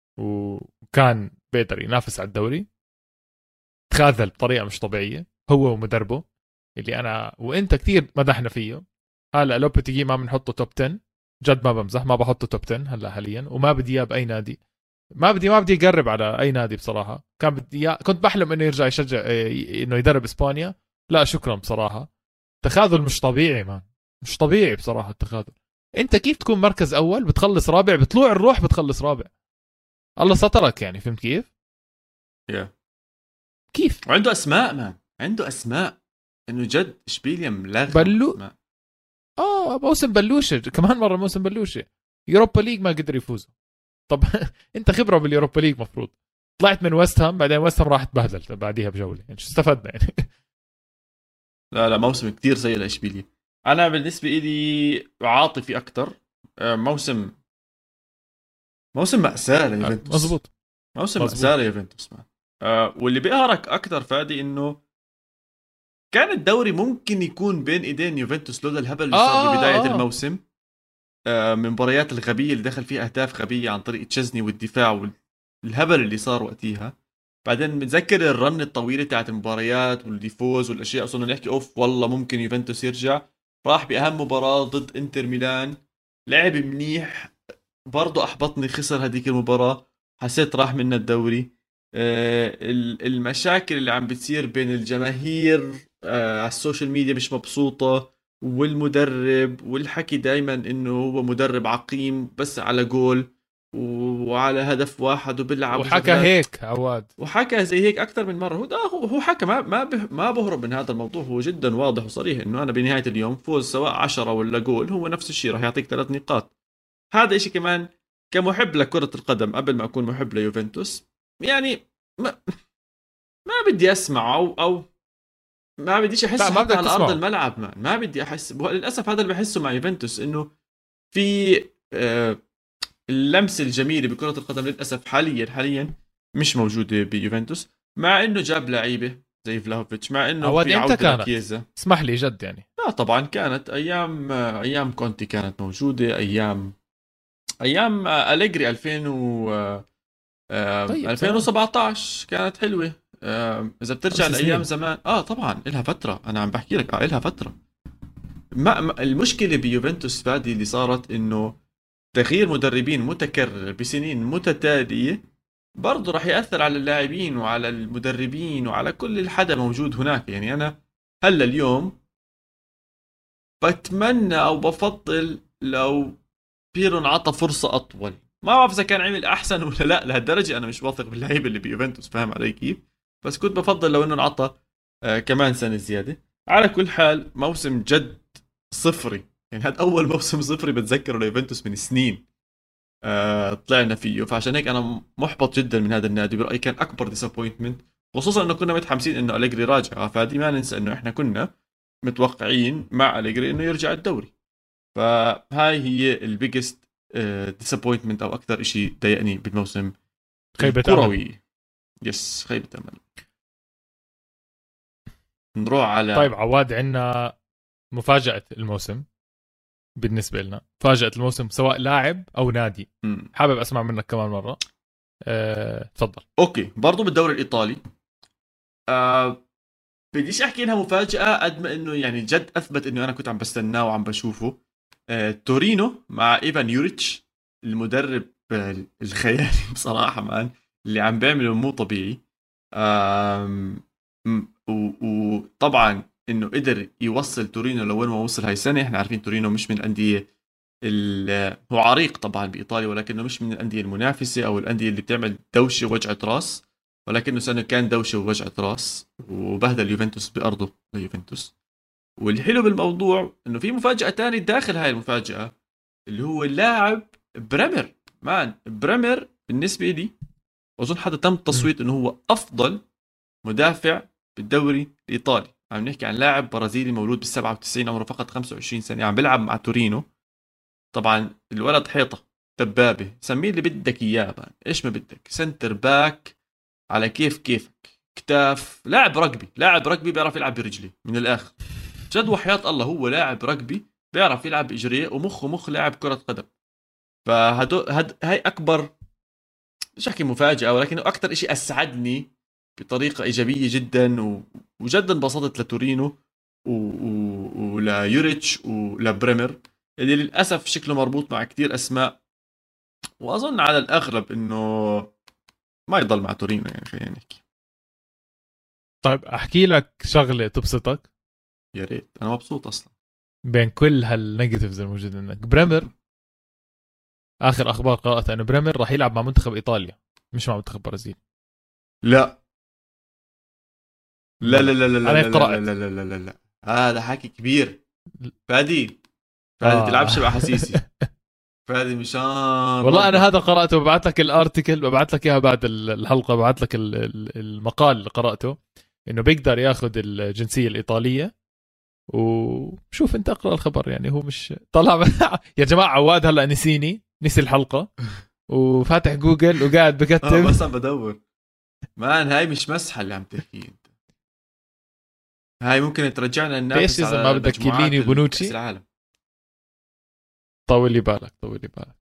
وكان بيقدر ينافس على الدوري، تخاذل بطريقه مش طبيعيه هو ومدربه اللي انا وانت كثير مدحنا فيه. هلا لوبيتيجي ما بنحطه توب عشرة، جد ما بمزح، ما بحطه توب عشرة هلا حاليا، وما بدي اياه باي نادي، ما بدي ما بدي يقرب على اي نادي بصراحه. كان بدي كنت بحلم انه يرجع يشجع انه يدرب اسبانيا، لا شكرا بصراحه. تخاذل مش طبيعي مان، مش طبيعي بصراحه التخاذل. انت كيف تكون مركز اول بتخلص رابع، بطلوع الروح بتخلص رابع، الله سترك يعني، فهمت كيف؟ yeah. كيف وعنده اسماء مان، عنده اسماء انه جد اشبيليا ملغم بلو اسماء. اه موسم بلوشه كمان مره، موسم بلوشه يوروبا ليج ما قدر يفوزوا. طب انت خبره باليوروبا ليج مفروض، طلعت من ويست هام بعدين ويست هام راحت بهدل بعديها بجوله، يعني شو استفدنا يعني؟ لا لا موسم كتير سيء لاشبيليا. انا بالنسبه لي عاطفي اكثر، موسم موسم مأساة ليوفنتوس. مزبوط موسم مأساة ليوفنتوس مان. أه واللي بيقهرك اكثر فادي انه كان الدوري ممكن يكون بين ايدين يوفنتوس لولا الهبل اللي صار آه ببدايه آه. الموسم، أه من مباريات الغبيه اللي دخل فيها اهداف غبيه عن طريق تشزني والدفاع والهبل اللي صار وقتها. بعدين متذكر الرن الطويله تاعت المباريات والديفوز والاشياء، صرنا نحكي اوف والله ممكن يوفنتوس يرجع. راح باهم مباراه ضد انتر ميلان، لعب منيح برضو احبطني، خسر هذيك المباراه، حسيت راح منا الدوري. أه المشاكل اللي عم بتصير بين الجماهير أه على السوشيال ميديا مش مبسوطه، والمدرب والحكي دايما انه هو مدرب عقيم بس على جول وعلى هدف واحد وبيلعب، وحكى هيك عواد، وحكى زي هيك اكثر من مره. هو ده هو هو حكى، ما ما ما بهرب من هذا الموضوع، هو جدا واضح وصريح انه انا بنهايه اليوم فوز سواء عشرة ولا جول هو نفس الشيء، راح يعطيك ثلاث نقاط. هذا إشي كمان كمحب لكرة القدم قبل ما أكون محب ليوفنتوس يعني ما, ما بدي أسمع أو أو ما بديش أحس حتى على أرض الملعب ما, ما بدي أحس. للأسف هذا اللي بحسه مع يوفنتوس، إنه في آه اللمسة الجميلة بكرة القدم للأسف حاليا حاليا مش موجودة بيوفنتوس. مع انه جاب لعيبه زي فلاهوفيتش، مع انه عواد في امتى عوده كانت؟ لكيزا. اسمح لي جد يعني. لا طبعا كانت ايام ايام كونتي كانت موجوده، ايام ايام أليجري ألفين و آه، طيب ألفين تمام. وسبعطعش كانت حلوه. آه، اذا بترجع خمس لايام سنين. زمان اه طبعا إلها فتره، انا عم بحكي لك اه إلها فتره. ما ما- المشكله بيوفنتوس فادي اللي صارت انه تغيير مدربين متكرر بسنين متتاليه برضه راح ياثر على اللاعبين وعلى المدربين وعلى كل الحدا موجود هناك. يعني انا هلا اليوم بتمنى او بفضل لو بيرو انعطى فرصه اطول. ما بعرف اذا كان عمل احسن ولا لا، لهالدرجه انا مش واثق باللعيبه اللي بيوفنتوس، فاهم علي كيف؟ بس كنت بفضل لو انه انعطى آه كمان سنه زياده. على كل حال موسم جد صفري، يعني هذا اول موسم صفري بتذكره ليوفنتوس من سنين آه طلعنا فيه. فعشان هيك انا محبط جدا من هذا النادي، برايي كان اكبر ديسابوينتمنت، خصوصا انه كنا متحمسين انه أليجري راجع. فادي ما ننسى انه احنا كنا متوقعين مع أليجري انه يرجع الدوري. فهاي هي البيجست ديسابوينتمنت او اكثر شيء ضايقني بالموسم خيبة أمل. الكروي. يس خيبة امل. نروح على طيب عواد، عنا مفاجأة الموسم بالنسبة لنا، مفاجأة الموسم سواء لاعب أو نادي. مم. حابب أسمع منك كمان مرة. أه، تفضل. اوكي برضو بالدوري الايطالي. آه بديش احكي انها مفاجأة قد ما انه يعني جد اثبت انه انا كنت عم بستناه وعم بشوفه. آه تورينو مع ايفان يوريتش المدرب آه الخيالي بصراحة مان، اللي عم بيعمله مو طبيعي. آم، م- و- وطبعا انه قدر يوصل تورينو لوين ما وصل هاي السنة. احنا عارفين تورينو مش من الأندية ال- هو عريق طبعا بإيطاليا، ولكنه مش من الأندية المنافسة أو الأندية اللي بتعمل دوشة ووجعة راس، ولكنه سنة كان دوشة ووجعة راس وبهدل يوفنتوس بأرضه ليوفنتوس. والحلو بالموضوع انه في مفاجأة تانية داخل هاي المفاجأة، اللي هو اللاعب بريمر. مان بريمر بالنسبة لي أظن حتى تم التصويت انه هو أفضل مدافع بالدوري الإيطالي. عم نحكي عن لاعب برازيلي مولود بالسبعة وتسعين، عمره فقط خمسة وعشرين سنة، عم بيلعب مع تورينو. طبعا الولد حيطة دبابة، سميه اللي بدك إياه بان. إيش ما بدك، سنتر باك على كيف كيفك، كتاف، لاعب رجبي. لاعب رجبي بيعرف يلعب برجلي من الآخر جد وحياة الله. هو لاعب رجبي بيعرف يلعب بإجريه ومخه مخ لاعب كرة قدم. فهدو هد هاي أكبر مش أحكي مفاجأة، ولكنه أكتر إشي أسعدني بطريقة إيجابية جدا. و... وجدا انبسطت لتورينو و... و... وليوريتش ولبريمر اللي للأسف شكله مربوط مع كتير أسماء، وأظن على الأغلب إنه ما يضل مع تورينو. يعني خلينا نحكي. طيب أحكي لك شغلة تبسطك. يا ريت، أنا مبسوط أصلا بين كل هالنيجاتيفز الموجودة عندك، بريمر آخر أخبار قرأتها أنه بريمر راح يلعب مع منتخب إيطاليا مش مع منتخب برازيل. لا لا لا بلا. لا لا لا أنا لا قرأت. لا لا لا لا لا هذا حكي كبير. فادي فادي آه. تلعبش بأحاسيسي. فادي مشان والله انا ربك. هذا قراته وببعث لك الارتيكل، ببعث لك اياها بعد الحلقه، ببعث لك ال- ال- المقال اللي قراته انه بيقدر ياخذ الجنسيه الايطاليه. وشوف انت اقرا الخبر، يعني هو مش طلع يا جماعه عواد هلا نسيني، نسي الحلقه وفاتح جوجل وقاعد اه بكتب. بس عم بدور. مان هاي مش مسحه اللي عم تحكيه انت. هاي ممكن ترجعنا ليش ننافس اذا ما على بدك مجموعات كيليني كاس وبونوتشي؟ العالم. طول لي بالك، طول لي بالك.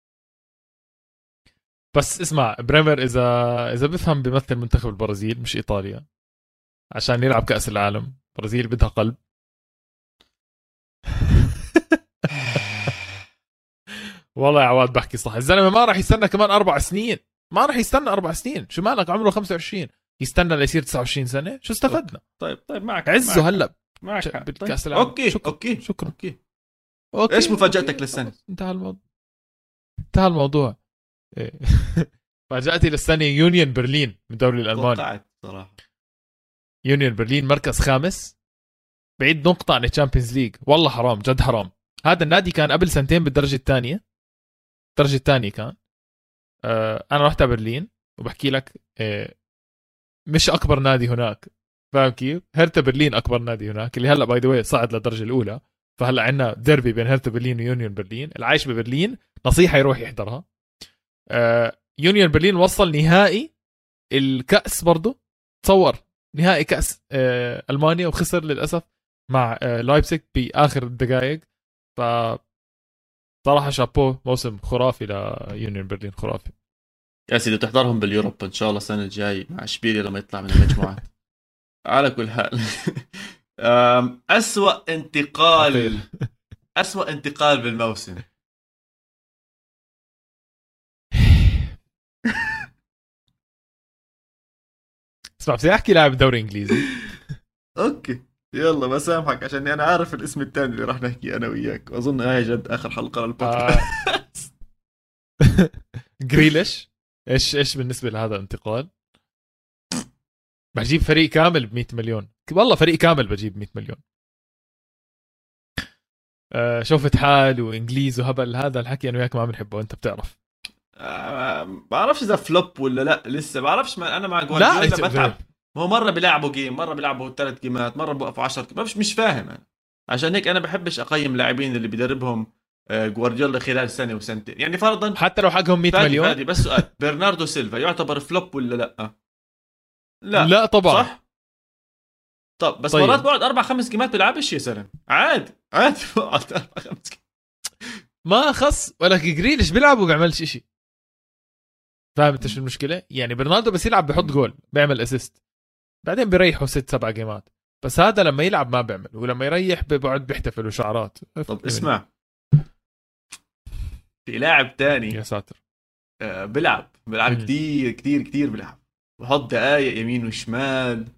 بس اسمع، بريمر اذا اذا بفهم بيمثل منتخب البرازيل مش ايطاليا عشان يلعب كاس العالم. البرازيل بدها قلب. والله يا عواد بحكي صح، الزلمه ما راح يستنى كمان اربع سنين. ما راح يستنى اربع سنين، شو مالك عمره خمسة وعشرين يستنى ليصير تسعة وعشرين سنه؟ شو استفدنا؟ طيب طيب معك عزه معك هلا معك حق. بالكاس طيب. العالم. اوكي شكرا. اوكي شكرا. اوكي اوكي ايش مفاجاتك أوكي. للسنه؟ انتهى الموضوع، انتهى الموضوع. إيه. فاجأتي للسنه يونيون برلين من الدوري الالماني. توقعت صراحه. يونيون برلين مركز خامس، بعيد نقطه عن الشامبيونز ليج. والله حرام، جد حرام. هذا النادي كان قبل سنتين بالدرجه الثانيه، الدرجه الثانيه كان. آه انا رحت على برلين وبحكي لك آه مش اكبر نادي هناك، فاهم كيف؟ هرتا برلين اكبر نادي هناك، اللي هلا باي ذا واي صعد للدرجه الاولى. فهلا عندنا ديربي بين هرتا برلين ويونيون برلين. العايش ببرلين نصيحه يروح يحضرها. آه يونيون برلين وصل نهائي الكاس برضه تصور نهائي كأس ألمانيا وخسر للأسف مع لايبزيج بآخر الدقائق. ف صراحة شابو، موسم خرافي ليونيون برلين، خرافي. يا سيدي تحضرهم باليوروب إن شاء الله السنة الجاي مع إشبيليا لما يطلع من المجموعات. على كل حال أسوأ انتقال أسوأ انتقال بالموسم. اسمع بدي احكي لاعب دوري انجليزي. اوكي يلا بسامحك عشان انا عارف الاسم الثاني اللي راح نحكي انا وياك، واظن هاي جد اخر حلقه للبودكاست. آه. جريليش ايش ايش بالنسبه لهذا الانتقال؟ بجيب فريق كامل ب مية مليون، والله فريق كامل بجيب مية مليون. آه شوفت حال وانجليز وهبل، هذا الحكي انا وياك ما بنحبه، انت بتعرف. آه ما بعرفش اذا فلوب ولا لا، لسه بعرفش. ما انا مع جوارديولا بتعب، هو مره بيلعبوا جيم، مره بيلعبوا ثلاث جيمات، مره بوقفوا عشرة، مش مش فاهم أنا. عشان هيك انا بحبش اقيم لاعبين اللي بيدربهم جوارديولا خلال سنه وسنتين. يعني فرضا حتى لو حقهم مية فادي مليون. فادي بس سؤال، برناردو سيلفا يعتبر فلوب ولا لا؟ لا لا طبعا. صح. طب بس طيب. مرات بقعد اربع خمس جيمات بيلعبش يا سلام، عادي عادي بقعد اربع خمس جيمات ما خص. ولك جريليش بيلعب وبيعملش إشي، فاهم انت شو المشكله؟ يعني برناردو بس يلعب بيحط جول، بيعمل اسيست، بعدين بيريحوا ست سبع جيمات. بس هذا لما يلعب ما بيعمل، ولما يريح بيقعد بيحتفل وشعارات. طب اسمع، في لاعب تاني يا ساتر آه بلعب بلعب مم. كتير كتير كتير بلعب، بحط دقايق يمين وشمال،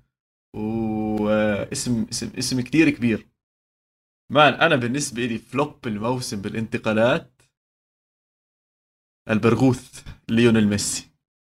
واسم اسم اسم كتير كبير. مان انا بالنسبه لي فلوب الموسم بالانتقالات البرغوث ليونيل ميسي.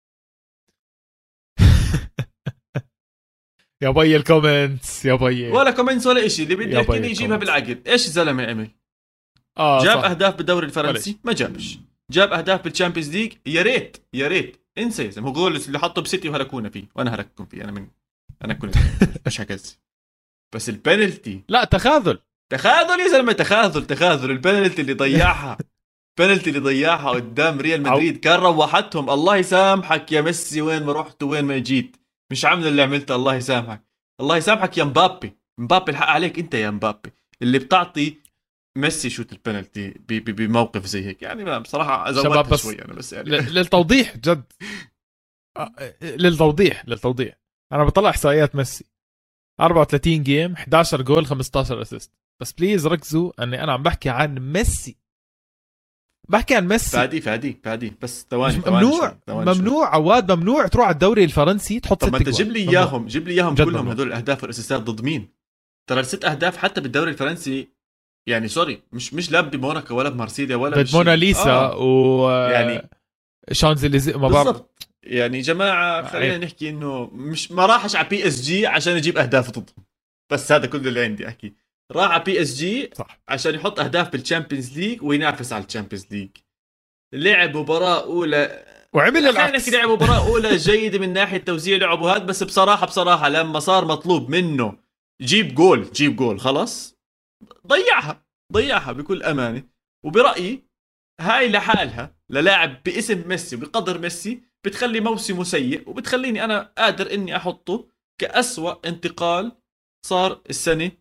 يا بي الكومنتس يا بي، ولا كومنتس ولا إشي، اللي بده يا يحكي بي لي يجيبها الكومنتس. بالعقل. ايش الزلمه عمل؟ اه جاب صح. اهداف بالدوري الفرنسي وليش. ما جابش، جاب اهداف بالتشامبيونز ليج يا ريت يا ريت انسى يا زلمه. هو جول اللي حطه بسيتي وهلكونا فيه، وانا هلككم فيه. انا من انا كنت مش هكذب. بس البنالتي لا تخاذل تخاذل يا زلمه، تخاذل تخاذل البنالتي اللي ضيعها البنالتي اللي ضيعها قدام ريال مدريد كان روحتهم. الله يسامحك يا ميسي، وين ما رحت وين ما جيت مش عامل اللي عملته. الله يسامحك، الله يسامحك يا مبابي. مبابي الحق عليك انت يا مبابي اللي بتعطي ميسي شوت البنالتي بموقف زي هيك. يعني بصراحه زودتها شوي انا بس يعني للتوضيح جد للتوضيح للتوضيح انا بطلع احصائيات ميسي أربعة وثلاثين جيم، إحدى عشر جول، خمسة عشر اسيست. بس بليز ركزوا اني انا عم بحكي عن ميسي، بحكي عن ميسي. فادي فادي فادي بس ثواني ممنوع ممنوع عواد، ممنوع تروح على الدوري الفرنسي تحط ست طب ما انت جوال. جيب لي اياهم جيب لي اياهم كلهم ممنوع. هدول الاهداف والاسيستات ضد مين؟ ترى الست اهداف حتى بالدوري الفرنسي يعني سوري مش مش لا بموناكا ولا بمارسيليا ولا ضد موناليسا آه. و يعني شانزليزيه ما بعرف بالضبط. يعني جماعه خلينا نحكي انه مش ما راحش على بي اس جي عشان يجيب اهداف ضدهم، بس هذا كل اللي عندي احكي. راح على بي اس جي صح عشان يحط اهداف بالتشامبيونز ليج وينافس على التشامبيونز ليج. لعب مباراه اولى وعمل العكس، لعب مباراه اولى جيده من ناحيه توزيع لعب وهذا، بس بصراحه بصراحه لما صار مطلوب منه جيب جول جيب جول خلص ضيعها ضيعها بكل امانه. وبرايي هاي لحالها للاعب باسم ميسي وبقدر ميسي بتخلي موسمه سيء، وبتخليني انا قادر اني احطه كأسوأ انتقال صار السنه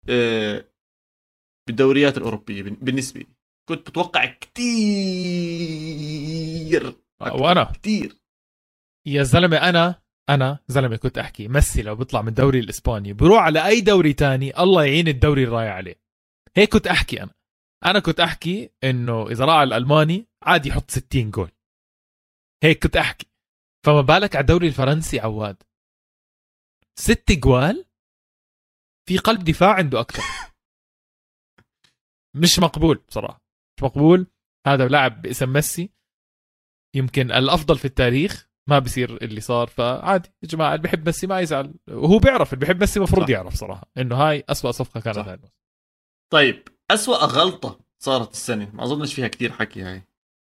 بالدوريات الاوروبيه بالنسبه لي. كنت بتوقع كتير وانا كتير يا زلمه. انا انا زلمه كنت احكي ميسي لو بيطلع من الدوري الاسباني بروح على اي دوري تاني الله يعين الدوري الرايح عليه. هيك كنت احكي انا انا كنت احكي انه اذا راح على الالماني عادي يحط ستين جول، هيك كنت احكي. فما بالك على الدوري الفرنسي عواد، ست جوال في قلب دفاع عنده اكثر. مش مقبول بصراحه، مش مقبول. هذا لاعب باسم ميسي يمكن الافضل في التاريخ، ما بصير اللي صار. فعادي يا جماعه، اللي بيحب ميسي ما يزعل، وهو بيعرف اللي بيحب ميسي مفروض يعرف صراحه انه هاي أسوأ صفقه كانت هاي. طيب أسوأ غلطه صارت السنه، ما اظنش فيها كتير حكي هاي.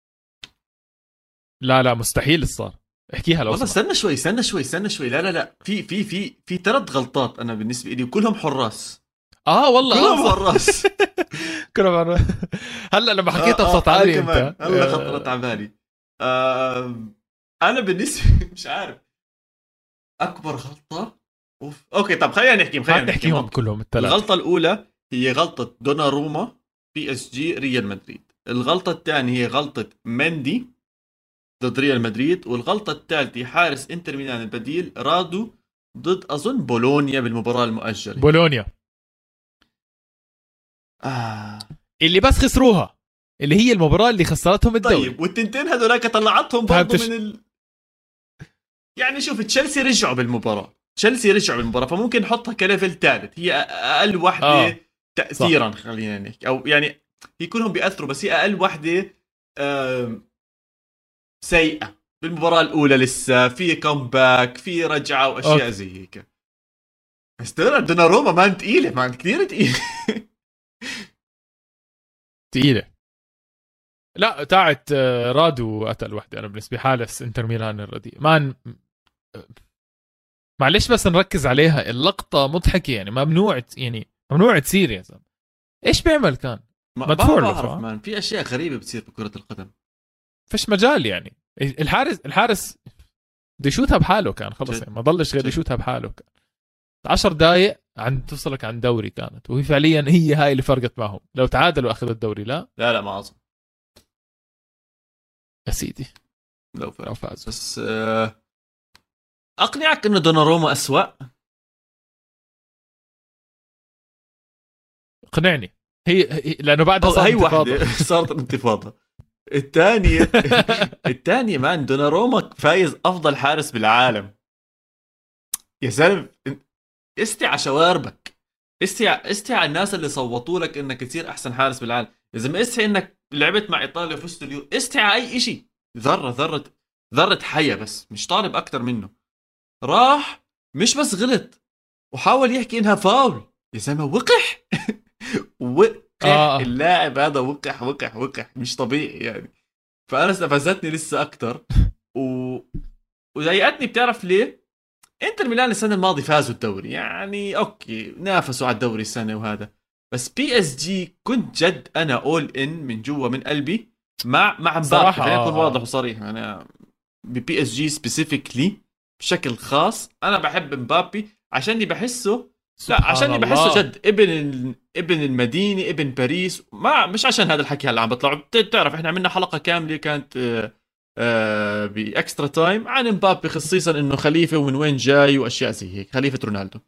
لا لا مستحيل صار، احكيها لو والله سمح. استنى شوي استنى شوي استنى شوي لا لا لا في في في في ثلاث غلطات انا بالنسبه لي وكلهم حراس. اه والله كلهم آه حراس كلهم حراس. هلا لما حكيتها آه بصوت آه عالي كمان انت هلا خطرت على بالي. آه انا بالنسبه مش عارف اكبر غلطه أوف. اوكي طب خلينا نحكي خلينا نحكي نحكيهم كلهم الثلاثه. الغلطه الاولى هي غلطه دوناروما بي اس جي ريال مدريد. الغلطه الثانيه هي غلطه مندي ضد ريال مدريد. والغلطه الثالثه حارس انتر ميلان البديل رادو ضد اظن بولونيا بالمباراه المؤجله. بولونيا آه. اللي بس خسروها، اللي هي المباراه اللي خسرتهم الدوري. طيب والتنتين هذولاك طلعتهم برضه من ال... يعني شوف تشيلسي رجعوا بالمباراه تشيلسي رجعوا بالمباراه فممكن نحطها كليفل ثالث. هي اقل وحده آه. تاثيرا صح. خلينا نحكي او يعني هي كلهم بياثروا بس هي اقل وحده آه سيئه. بالمباراه الاولى لسه في كومباك في رجعه واشياء أوكي. زي هيك. بس ترى دوناروما مان ثقيله مان كثير ثقيله ثقيله. لا تاعت رادو قتل وحده. انا بالنسبه لي حارس انتر ميلان الرديء مان. معلش بس نركز عليها اللقطه مضحكه يعني ممنوع يعني ممنوع تصير يا زلمه. ايش بيعمل كان مدفوع له مان. في اشياء غريبه بتصير بكره القدم فيش مجال يعني. الحارس الحارس بده يشوتها بحاله كان خلص يعني ما ضلش غير يشوتها بحاله. كان عشر دقائق عن توصلك عن دوري كانت وهي فعليا هي هاي اللي فرقت معهم. لو تعادلوا اخذ الدوري. لا لا لا ما اظن يا سيدي لو فاز, لو فاز. بس آه اقنعك انه دوناروما اسوأ. اقنعني. هي, هي لانه بعدها صار هي واحده صارت انتفاضه. الثانيه الثانيه مان دوناروما فايز افضل حارس بالعالم يا زلمه. استع شواربك استع استع الناس اللي صوتوا لك انك تصير احسن حارس بالعالم. يا زلمه استع انك لعبت مع ايطاليا وفزت اليوم. استع اي شيء ذره ذره ذره حياه بس مش طالب اكثر منه. راح مش بس غلط وحاول يحكي انها فاول. يا زلمه وقح وقح آه. اللاعب هذا وقح وقح وقح مش طبيعي يعني. فانا استفزتني لسه اكثر و... وضايقتني. بتعرف ليه؟ انتر ميلان السنه الماضيه فازوا الدوري يعني اوكي نافسوا على الدوري السنه وهذا. بس بي اس جي كنت جد انا اول ان من جوا من قلبي مع مع مبابي. خلينا نكون واضح وصريح. انا ببي اس جي سبيسيفيكلي بشكل خاص انا بحب مبابي عشاني بحسه لا عشاني بحسه جد ابن ابن المدينه ابن باريس. ما مش عشان هذا الحكي هلا عم بطلع. بتعرف احنا عملنا حلقه كامله كانت آه آه باكسترا تايم عن مبابي خصيصا انه خليفه ومن وين جاي واشياء زي هيك. خليفه رونالدو.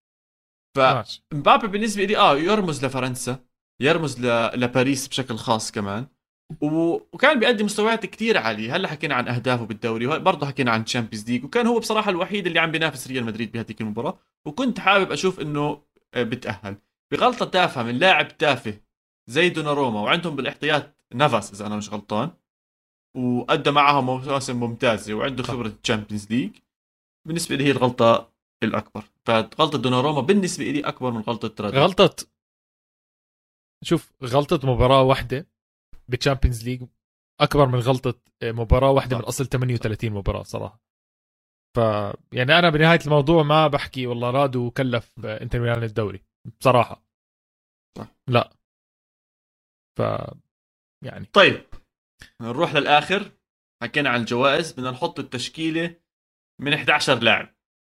فمبابي بالنسبه لي اه يرمز لفرنسا يرمز لباريس بشكل خاص كمان. وكان بيقدم مستويات كتير عالية. هلا حكينا عن أهدافه بالدوري وبرضه حكينا عن تشامبيونز ليج وكان هو بصراحة الوحيد اللي عم بينافس ريال مدريد بهذيك المباراة. وكنت حابب أشوف إنه بتأهل. بغلطة تافهة من لاعب تافه زي دوناروما وعندهم بالاحتياط نافاس إذا أنا مش غلطان وأدى معهم مواسم ممتازة وعنده خبرة تشامبيونز ليج. بالنسبة لي هي الغلطة الأكبر. فغلطة دوناروما بالنسبة لي أكبر من غلطة ترادي. غلطة شوف غلطة مباراة واحدة بالتشامبيونز ليج اكبر من غلطه مباراه واحده من اصل ثمانية وثلاثين مباراه صراحه. ف يعني انا بنهايه الموضوع ما بحكي والله رادو كلف انتر ميلان الدوري بصراحه صح. لا ف يعني طيب نروح للاخر. حكينا عن الجوائز بدنا نحط التشكيله من إحدى عشر لاعب.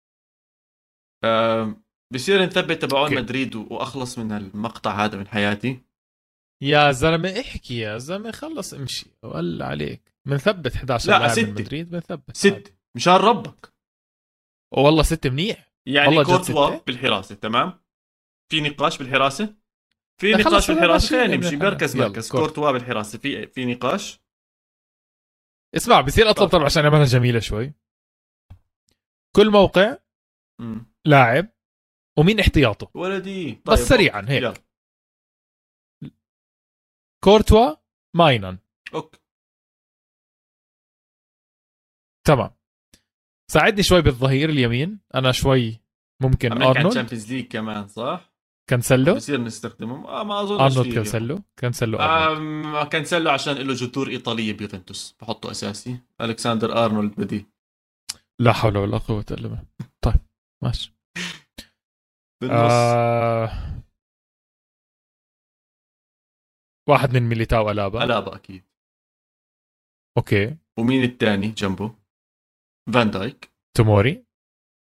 أه بصير نثبت تبعون مدريد واخلص من المقطع هذا من حياتي. يا زلمه احكي يا زلمه خلص امشي ولا عليك. بنثبت إحدى عشر لاعب من مدريد بنثبت ستة مشان ربك. والله ستة منيح يعني كورتوا بالحراسه تمام. في نقاش بالحراسه في نقاش بالحراسه. خلينا نمشي مركز مركز كورتوا بالحراسه في في نقاش. اسمع بصير اطلب طلب عشان اعملها جميله شوي. كل موقع م. لاعب ومين احتياطه ولدي. طيب بس سريعا هيك يلا. كورتوا ماينان اوكي تمام. ساعدني شوي بالظهير اليمين. انا شوي ممكن ارنولد. كان تشامبيونز ليج كمان صح. كانسلو بصير نستخدمه آه ما اظن ارنولد كانسلو كانسلو آه كانسلو عشان له جذور ايطاليه بيوفنتوس بحطه اساسي. الكسندر ارنولد بدي. لا حول ولا قوه الا بالله. طيب ماشي بالنص آه... واحد من ميليتاو ألابا. ألابا اكيد. اوكي ومين الثاني جنبه؟ فان دايك توموري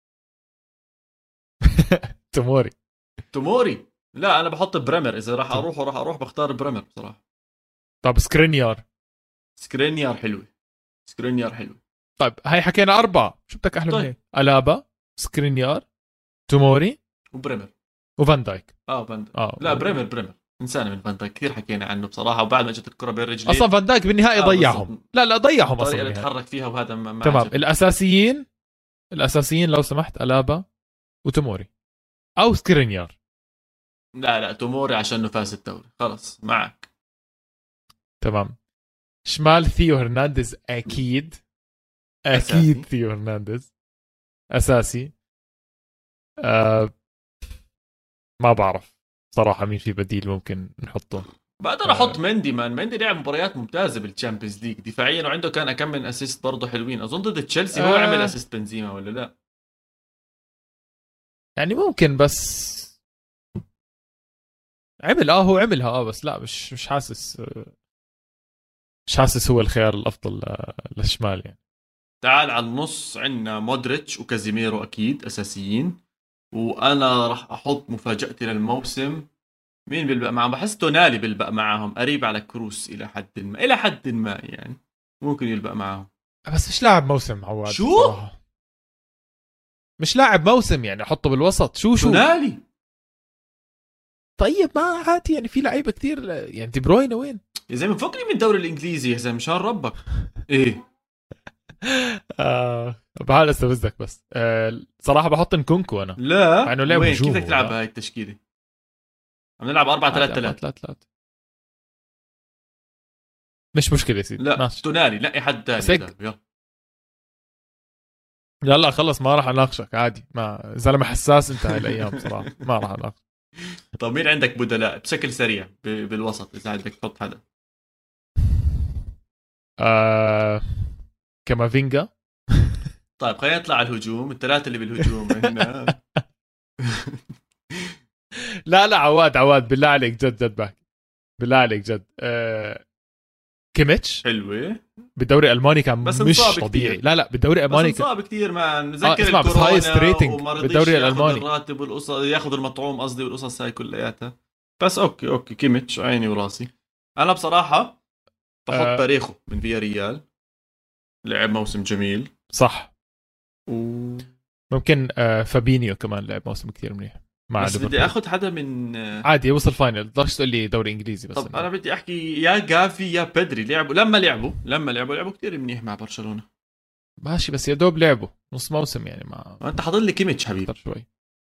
توموري. توموري. لا انا بحط بريمر، اذا راح اروح وراح اروح بختار بريمر بصراحه. طب سكرينيار. سكرينيار حلوه، سكرينيار حلوه. طيب هاي حكينا أربعة، شو بدك أحلى طيب. من هيك؟ ألابا، سكرينيار، توموري وبريمر. وفان دايك. اه فان دايك. آه. لا بريمر بريمر انسان من فان دايك، كثير حكينا عنه بصراحه، وبعد ما اجت الكره بين رجليه أصلا فان دايك بالنهائي آه ضيعهم. بالضبط. لا لا ضيعهم الطريقه أصلا اللي بالنهائي. تحرك فيها وهذا ما, ما تمام. عجبني. الأساسيين الأساسيين لو سمحت ألابا وتوموري أو سكرينيار. لا لا توموري عشان فاز الدوري، خلص معك. تمام. شمال ثيو هرنانديز أكيد أكيد أساسي. ثيو هرنانديز أساسي. آه ما بعرف صراحة مين في بديل ممكن نحطه. بقدر احط مندي، مان مندي لعب مباريات ممتازه بالتشامبيونز ليج دفاعيا، وعنده كان كم من اسيست برضه حلوين، اظن ضد تشيلسي هو آه. عمل اسيست بنزيما ولا لا؟ يعني ممكن، بس عمل اه هو عملها اه بس لا مش مش حاسس مش حاسس هو الخيار الافضل للشمال يعني. تعال على النص، عندنا مودريتش وكازيميرو اكيد اساسيين، وانا راح احط مفاجاتي للموسم. مين بيلبق معهم؟ بحس تونالي بيلبق معهم، قريب على كروس الى حد ما، الى حد ما يعني ممكن يلبق معهم. بس مش لاعب موسم عواد شو صراحة. مش لاعب موسم يعني احطه بالوسط. شو شو تونالي. طيب ما عادي يعني، في لعيبه كثير يعني. دي بروين وين يا زلمه فكني من الدوري الانجليزي يا زلمه، مشان ربك. ايه آه بحاول استفزك بس آه صراحه بحط نكونكو انا. لا مع انه لعب وين هجوم. كيف بدك تلعب هاي التشكيله؟ عم نلعب أربعة ثلاثة ثلاثة. مش مشكله يا سيدي. لا ماشي. تونالي نقي حد ثاني. يلا يلا خلص ما راح اناقشك عادي. ما زلمه حساس انت هاي الايام بصراحه. ما راح اناقش. طب مين عندك بدلاء بشكل سريع بالوسط اذا بدك تحط حدا؟ آه... كامافينجا. طيب خلينا نطلع على الهجوم. الثلاثه اللي بالهجوم هنا لا لا عواد عواد بالله عليك جد جد بحكي بالله عليك جد. آه... كيميتش حلوه بالدوري الالماني كان بس مش انصاب طبيعي كتير. لا لا بالدوري الالماني بس انصاب كثير ما نذكر آه اسمع بس هايست ريتنج بالدوري الالماني، الراتب والقصص، ياخذ المطعوم قصدي والقصص هاي كلياتها. بس اوكي اوكي كيميتش عيني وراسي. انا بصراحه بحط آه. باريخو من فيا ريال، لعب موسم جميل صح. و... ممكن آه فابينيو كمان لعب موسم كثير منيح مع بس ليفربول. بدي اخذ حدا من عادي وصل فاينل. ضلش تقول لي دوري انجليزي بس. طب انا بدي احكي يا جافي يا بيدري. لعبوا لما لعبوا لما لعبوا لعبوا كثير منيح مع برشلونه. ماشي بس يا دوب لعبوا نص موسم يعني. ما انت حاضر لي كيميتش حبيبي شوي.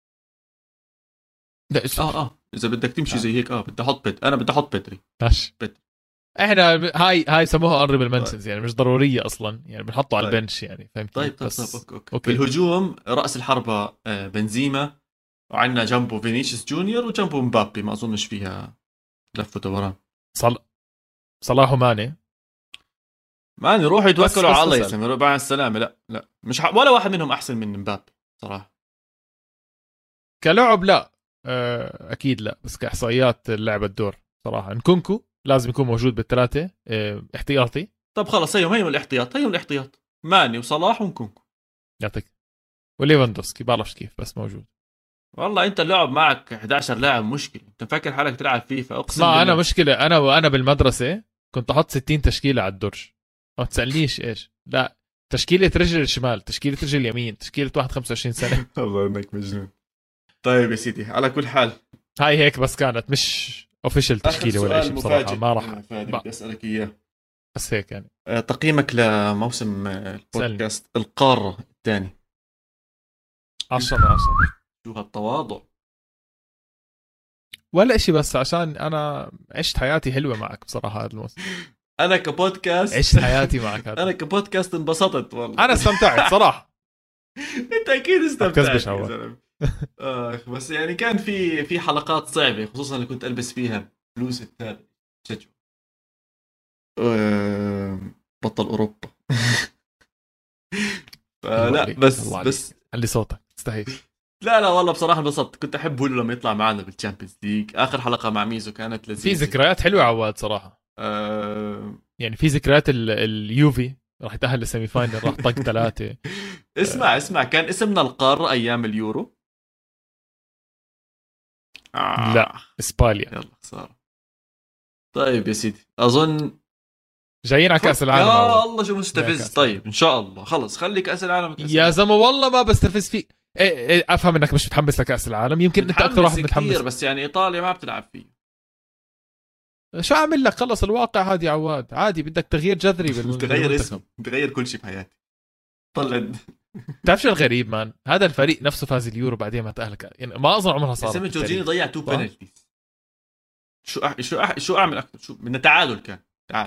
لا اه اه اذا بدك تمشي زي هيك اه بدي احط بيت انا بدي احط بيدري. ماشي. بيدري. احنا هاي هاي سموها اونربل منشنز يعني مش ضروريه اصلا يعني بنحطه على طيب. البنش يعني فهمت. طيب طيب, بس... طيب أوكي, أوكي. أوكي. بالهجوم راس الحربه بنزيما، وعندنا جنبه فينيسيوس جونيور وجنبه مبابي. ما اظنش فيها لف ودوران. صل... صلاح وماني. ما نروح يتوكلوا على الله يا بسأل. زلمه بعد السلامه. لا لا مش ح... ولا واحد منهم احسن من مبابي صراحه. كلعب لا آه، اكيد لا، بس كاحصائيات اللعبه الدور صراحه نكونكو لازم يكون موجود بالثلاثه آه، احتياطي. طب خلص هيهم هيهم الاحتياط هيهم الاحتياط ماني وصلاح ونكونكو. يعطيك. وليفاندوفسكي بعرفش كيف بس موجود. والله انت اللعب معك احد عشر لاعب مشكله. انت فاكر حالك تلعب فيفا؟ اقسم ما بالله. انا مشكله انا وانا بالمدرسه كنت احط ستين تشكيله على الدرج. ما تسالنيش ايش. لا تشكيله رجل الشمال، تشكيله رجل اليمين، تشكيله واحد خمسة وعشرين سنه. والله انك مجنون. طيب يا سيدي على كل حال هاي هيك بس كانت مش اوفيشال تشكيله ولا شيء بصراحه. ما راح بدي اسالك اياه بس هيك يعني. تقييمك لموسم البودكاست القاره الثاني. عشرة من عشرة. شو هالتواضع. ولا إشي بس عشان أنا عشت حياتي حلوة معك بصراحة هذا الموسم. أنا كبودكاست عشت حياتي معك هذا. أنا كبودكاست انبسطت والله. أنا استمتعت صراحة. أنت أكيد استمتعت. يا آه بس يعني كان في في حلقات صعبة، خصوصا اللي كنت ألبس فيها فلوس التالي شجو أه... بطل أوروبا. فلا بس بس اللي صوتك تستحي. لا لا والله بصراحة انبسطت. كنت أحب هولو لما يطلع معنا بالتشامبيونز ليج. آخر حلقة مع ميزو كانت لذيذة. في ذكريات حلوة عواد صراحة. أه... يعني في ذكريات ال... اليوفي راح يتأهل للسيمي فاينل راح طق ثلاثة. اسمع اسمع كان اسمنا القارة أيام اليورو. آه. لا اسبانيا. يلا خساره. طيب يا سيدي اظن جايين على كاس العالم. يا الله شو مستفز. طيب ان شاء الله خلص خلي كاس العالم كأس يا زلمه والله ما بستفز فيه. إيه إيه افهم انك مش متحمس لكاس العالم، يمكن انت اكثر واحد متحمس، بس يعني ايطاليا ما بتلعب فيه. شو اعمل لك؟ خلص الواقع هادي عواد، عادي بدك تغيير جذري تغير اسم، تغير كل شيء بحياتي. طلع بتعرف شو الغريب مان؟ هذا الفريق نفسه فاز اليورو بعدين ما تأهل، يعني ما اظن عمرها صارت. اسم جورجيني ضيع تو بنالتيز. شو أح... شو أح... شو اعمل اكثر؟ شو بدنا تعادل كان تعال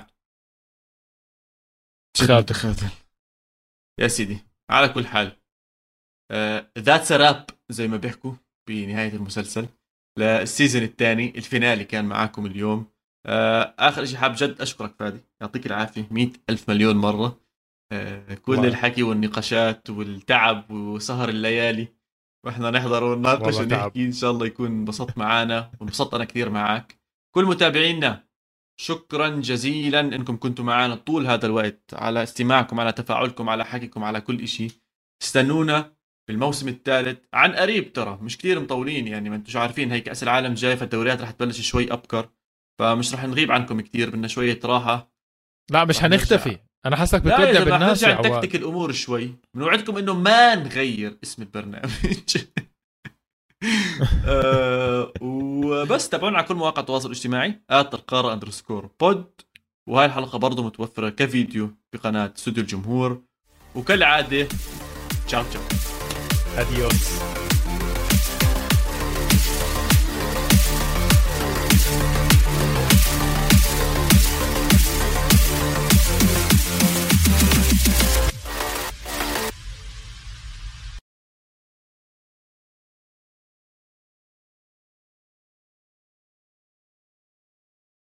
تخاذل تخاذل يا سيدي. على كل حال ذاتس راب زي ما بيحكوا بنهاية المسلسل للسيزن الثاني الفينالي كان معاكم اليوم. آه آخر شيء حاب جد أشكرك فادي، يعطيك العافية مئة ألف مليون مرة. آه كل الله. الحكي والنقاشات والتعب وسهر الليالي وإحنا نحضر ونناقش ونحكي، إن شاء الله يكون انبسطت معانا وانبسطت أنا كثير معاك. كل متابعينا شكرا جزيلا إنكم كنتوا معنا طول هذا الوقت، على استماعكم، على تفاعلكم، على حكيكم، على كل إشي. استنونا في الموسم الثالث عن قريب، ترى مش كتير مطولين يعني، ما انتوش عارفين هي كأس العالم جاي، فالدوريات رح تبلش شوي أبكر، فمش رح نغيب عنكم كتير، بدنا شوية راحة. لا مش هنختفي، أنا حاسك بتودع بالناس يا عواد. نتكتك الأمور شوي، بنوعدكم إنه ما نغير اسم البرنامج. أه وبس تابعونا على كل مواقع التواصل الاجتماعي آت القارة أندرسكور بود، وهاي الحلقة برضو متوفرة كفيديو في قناة استوديو الجمهور. وكالعادة تشاو تشاو. Adiós.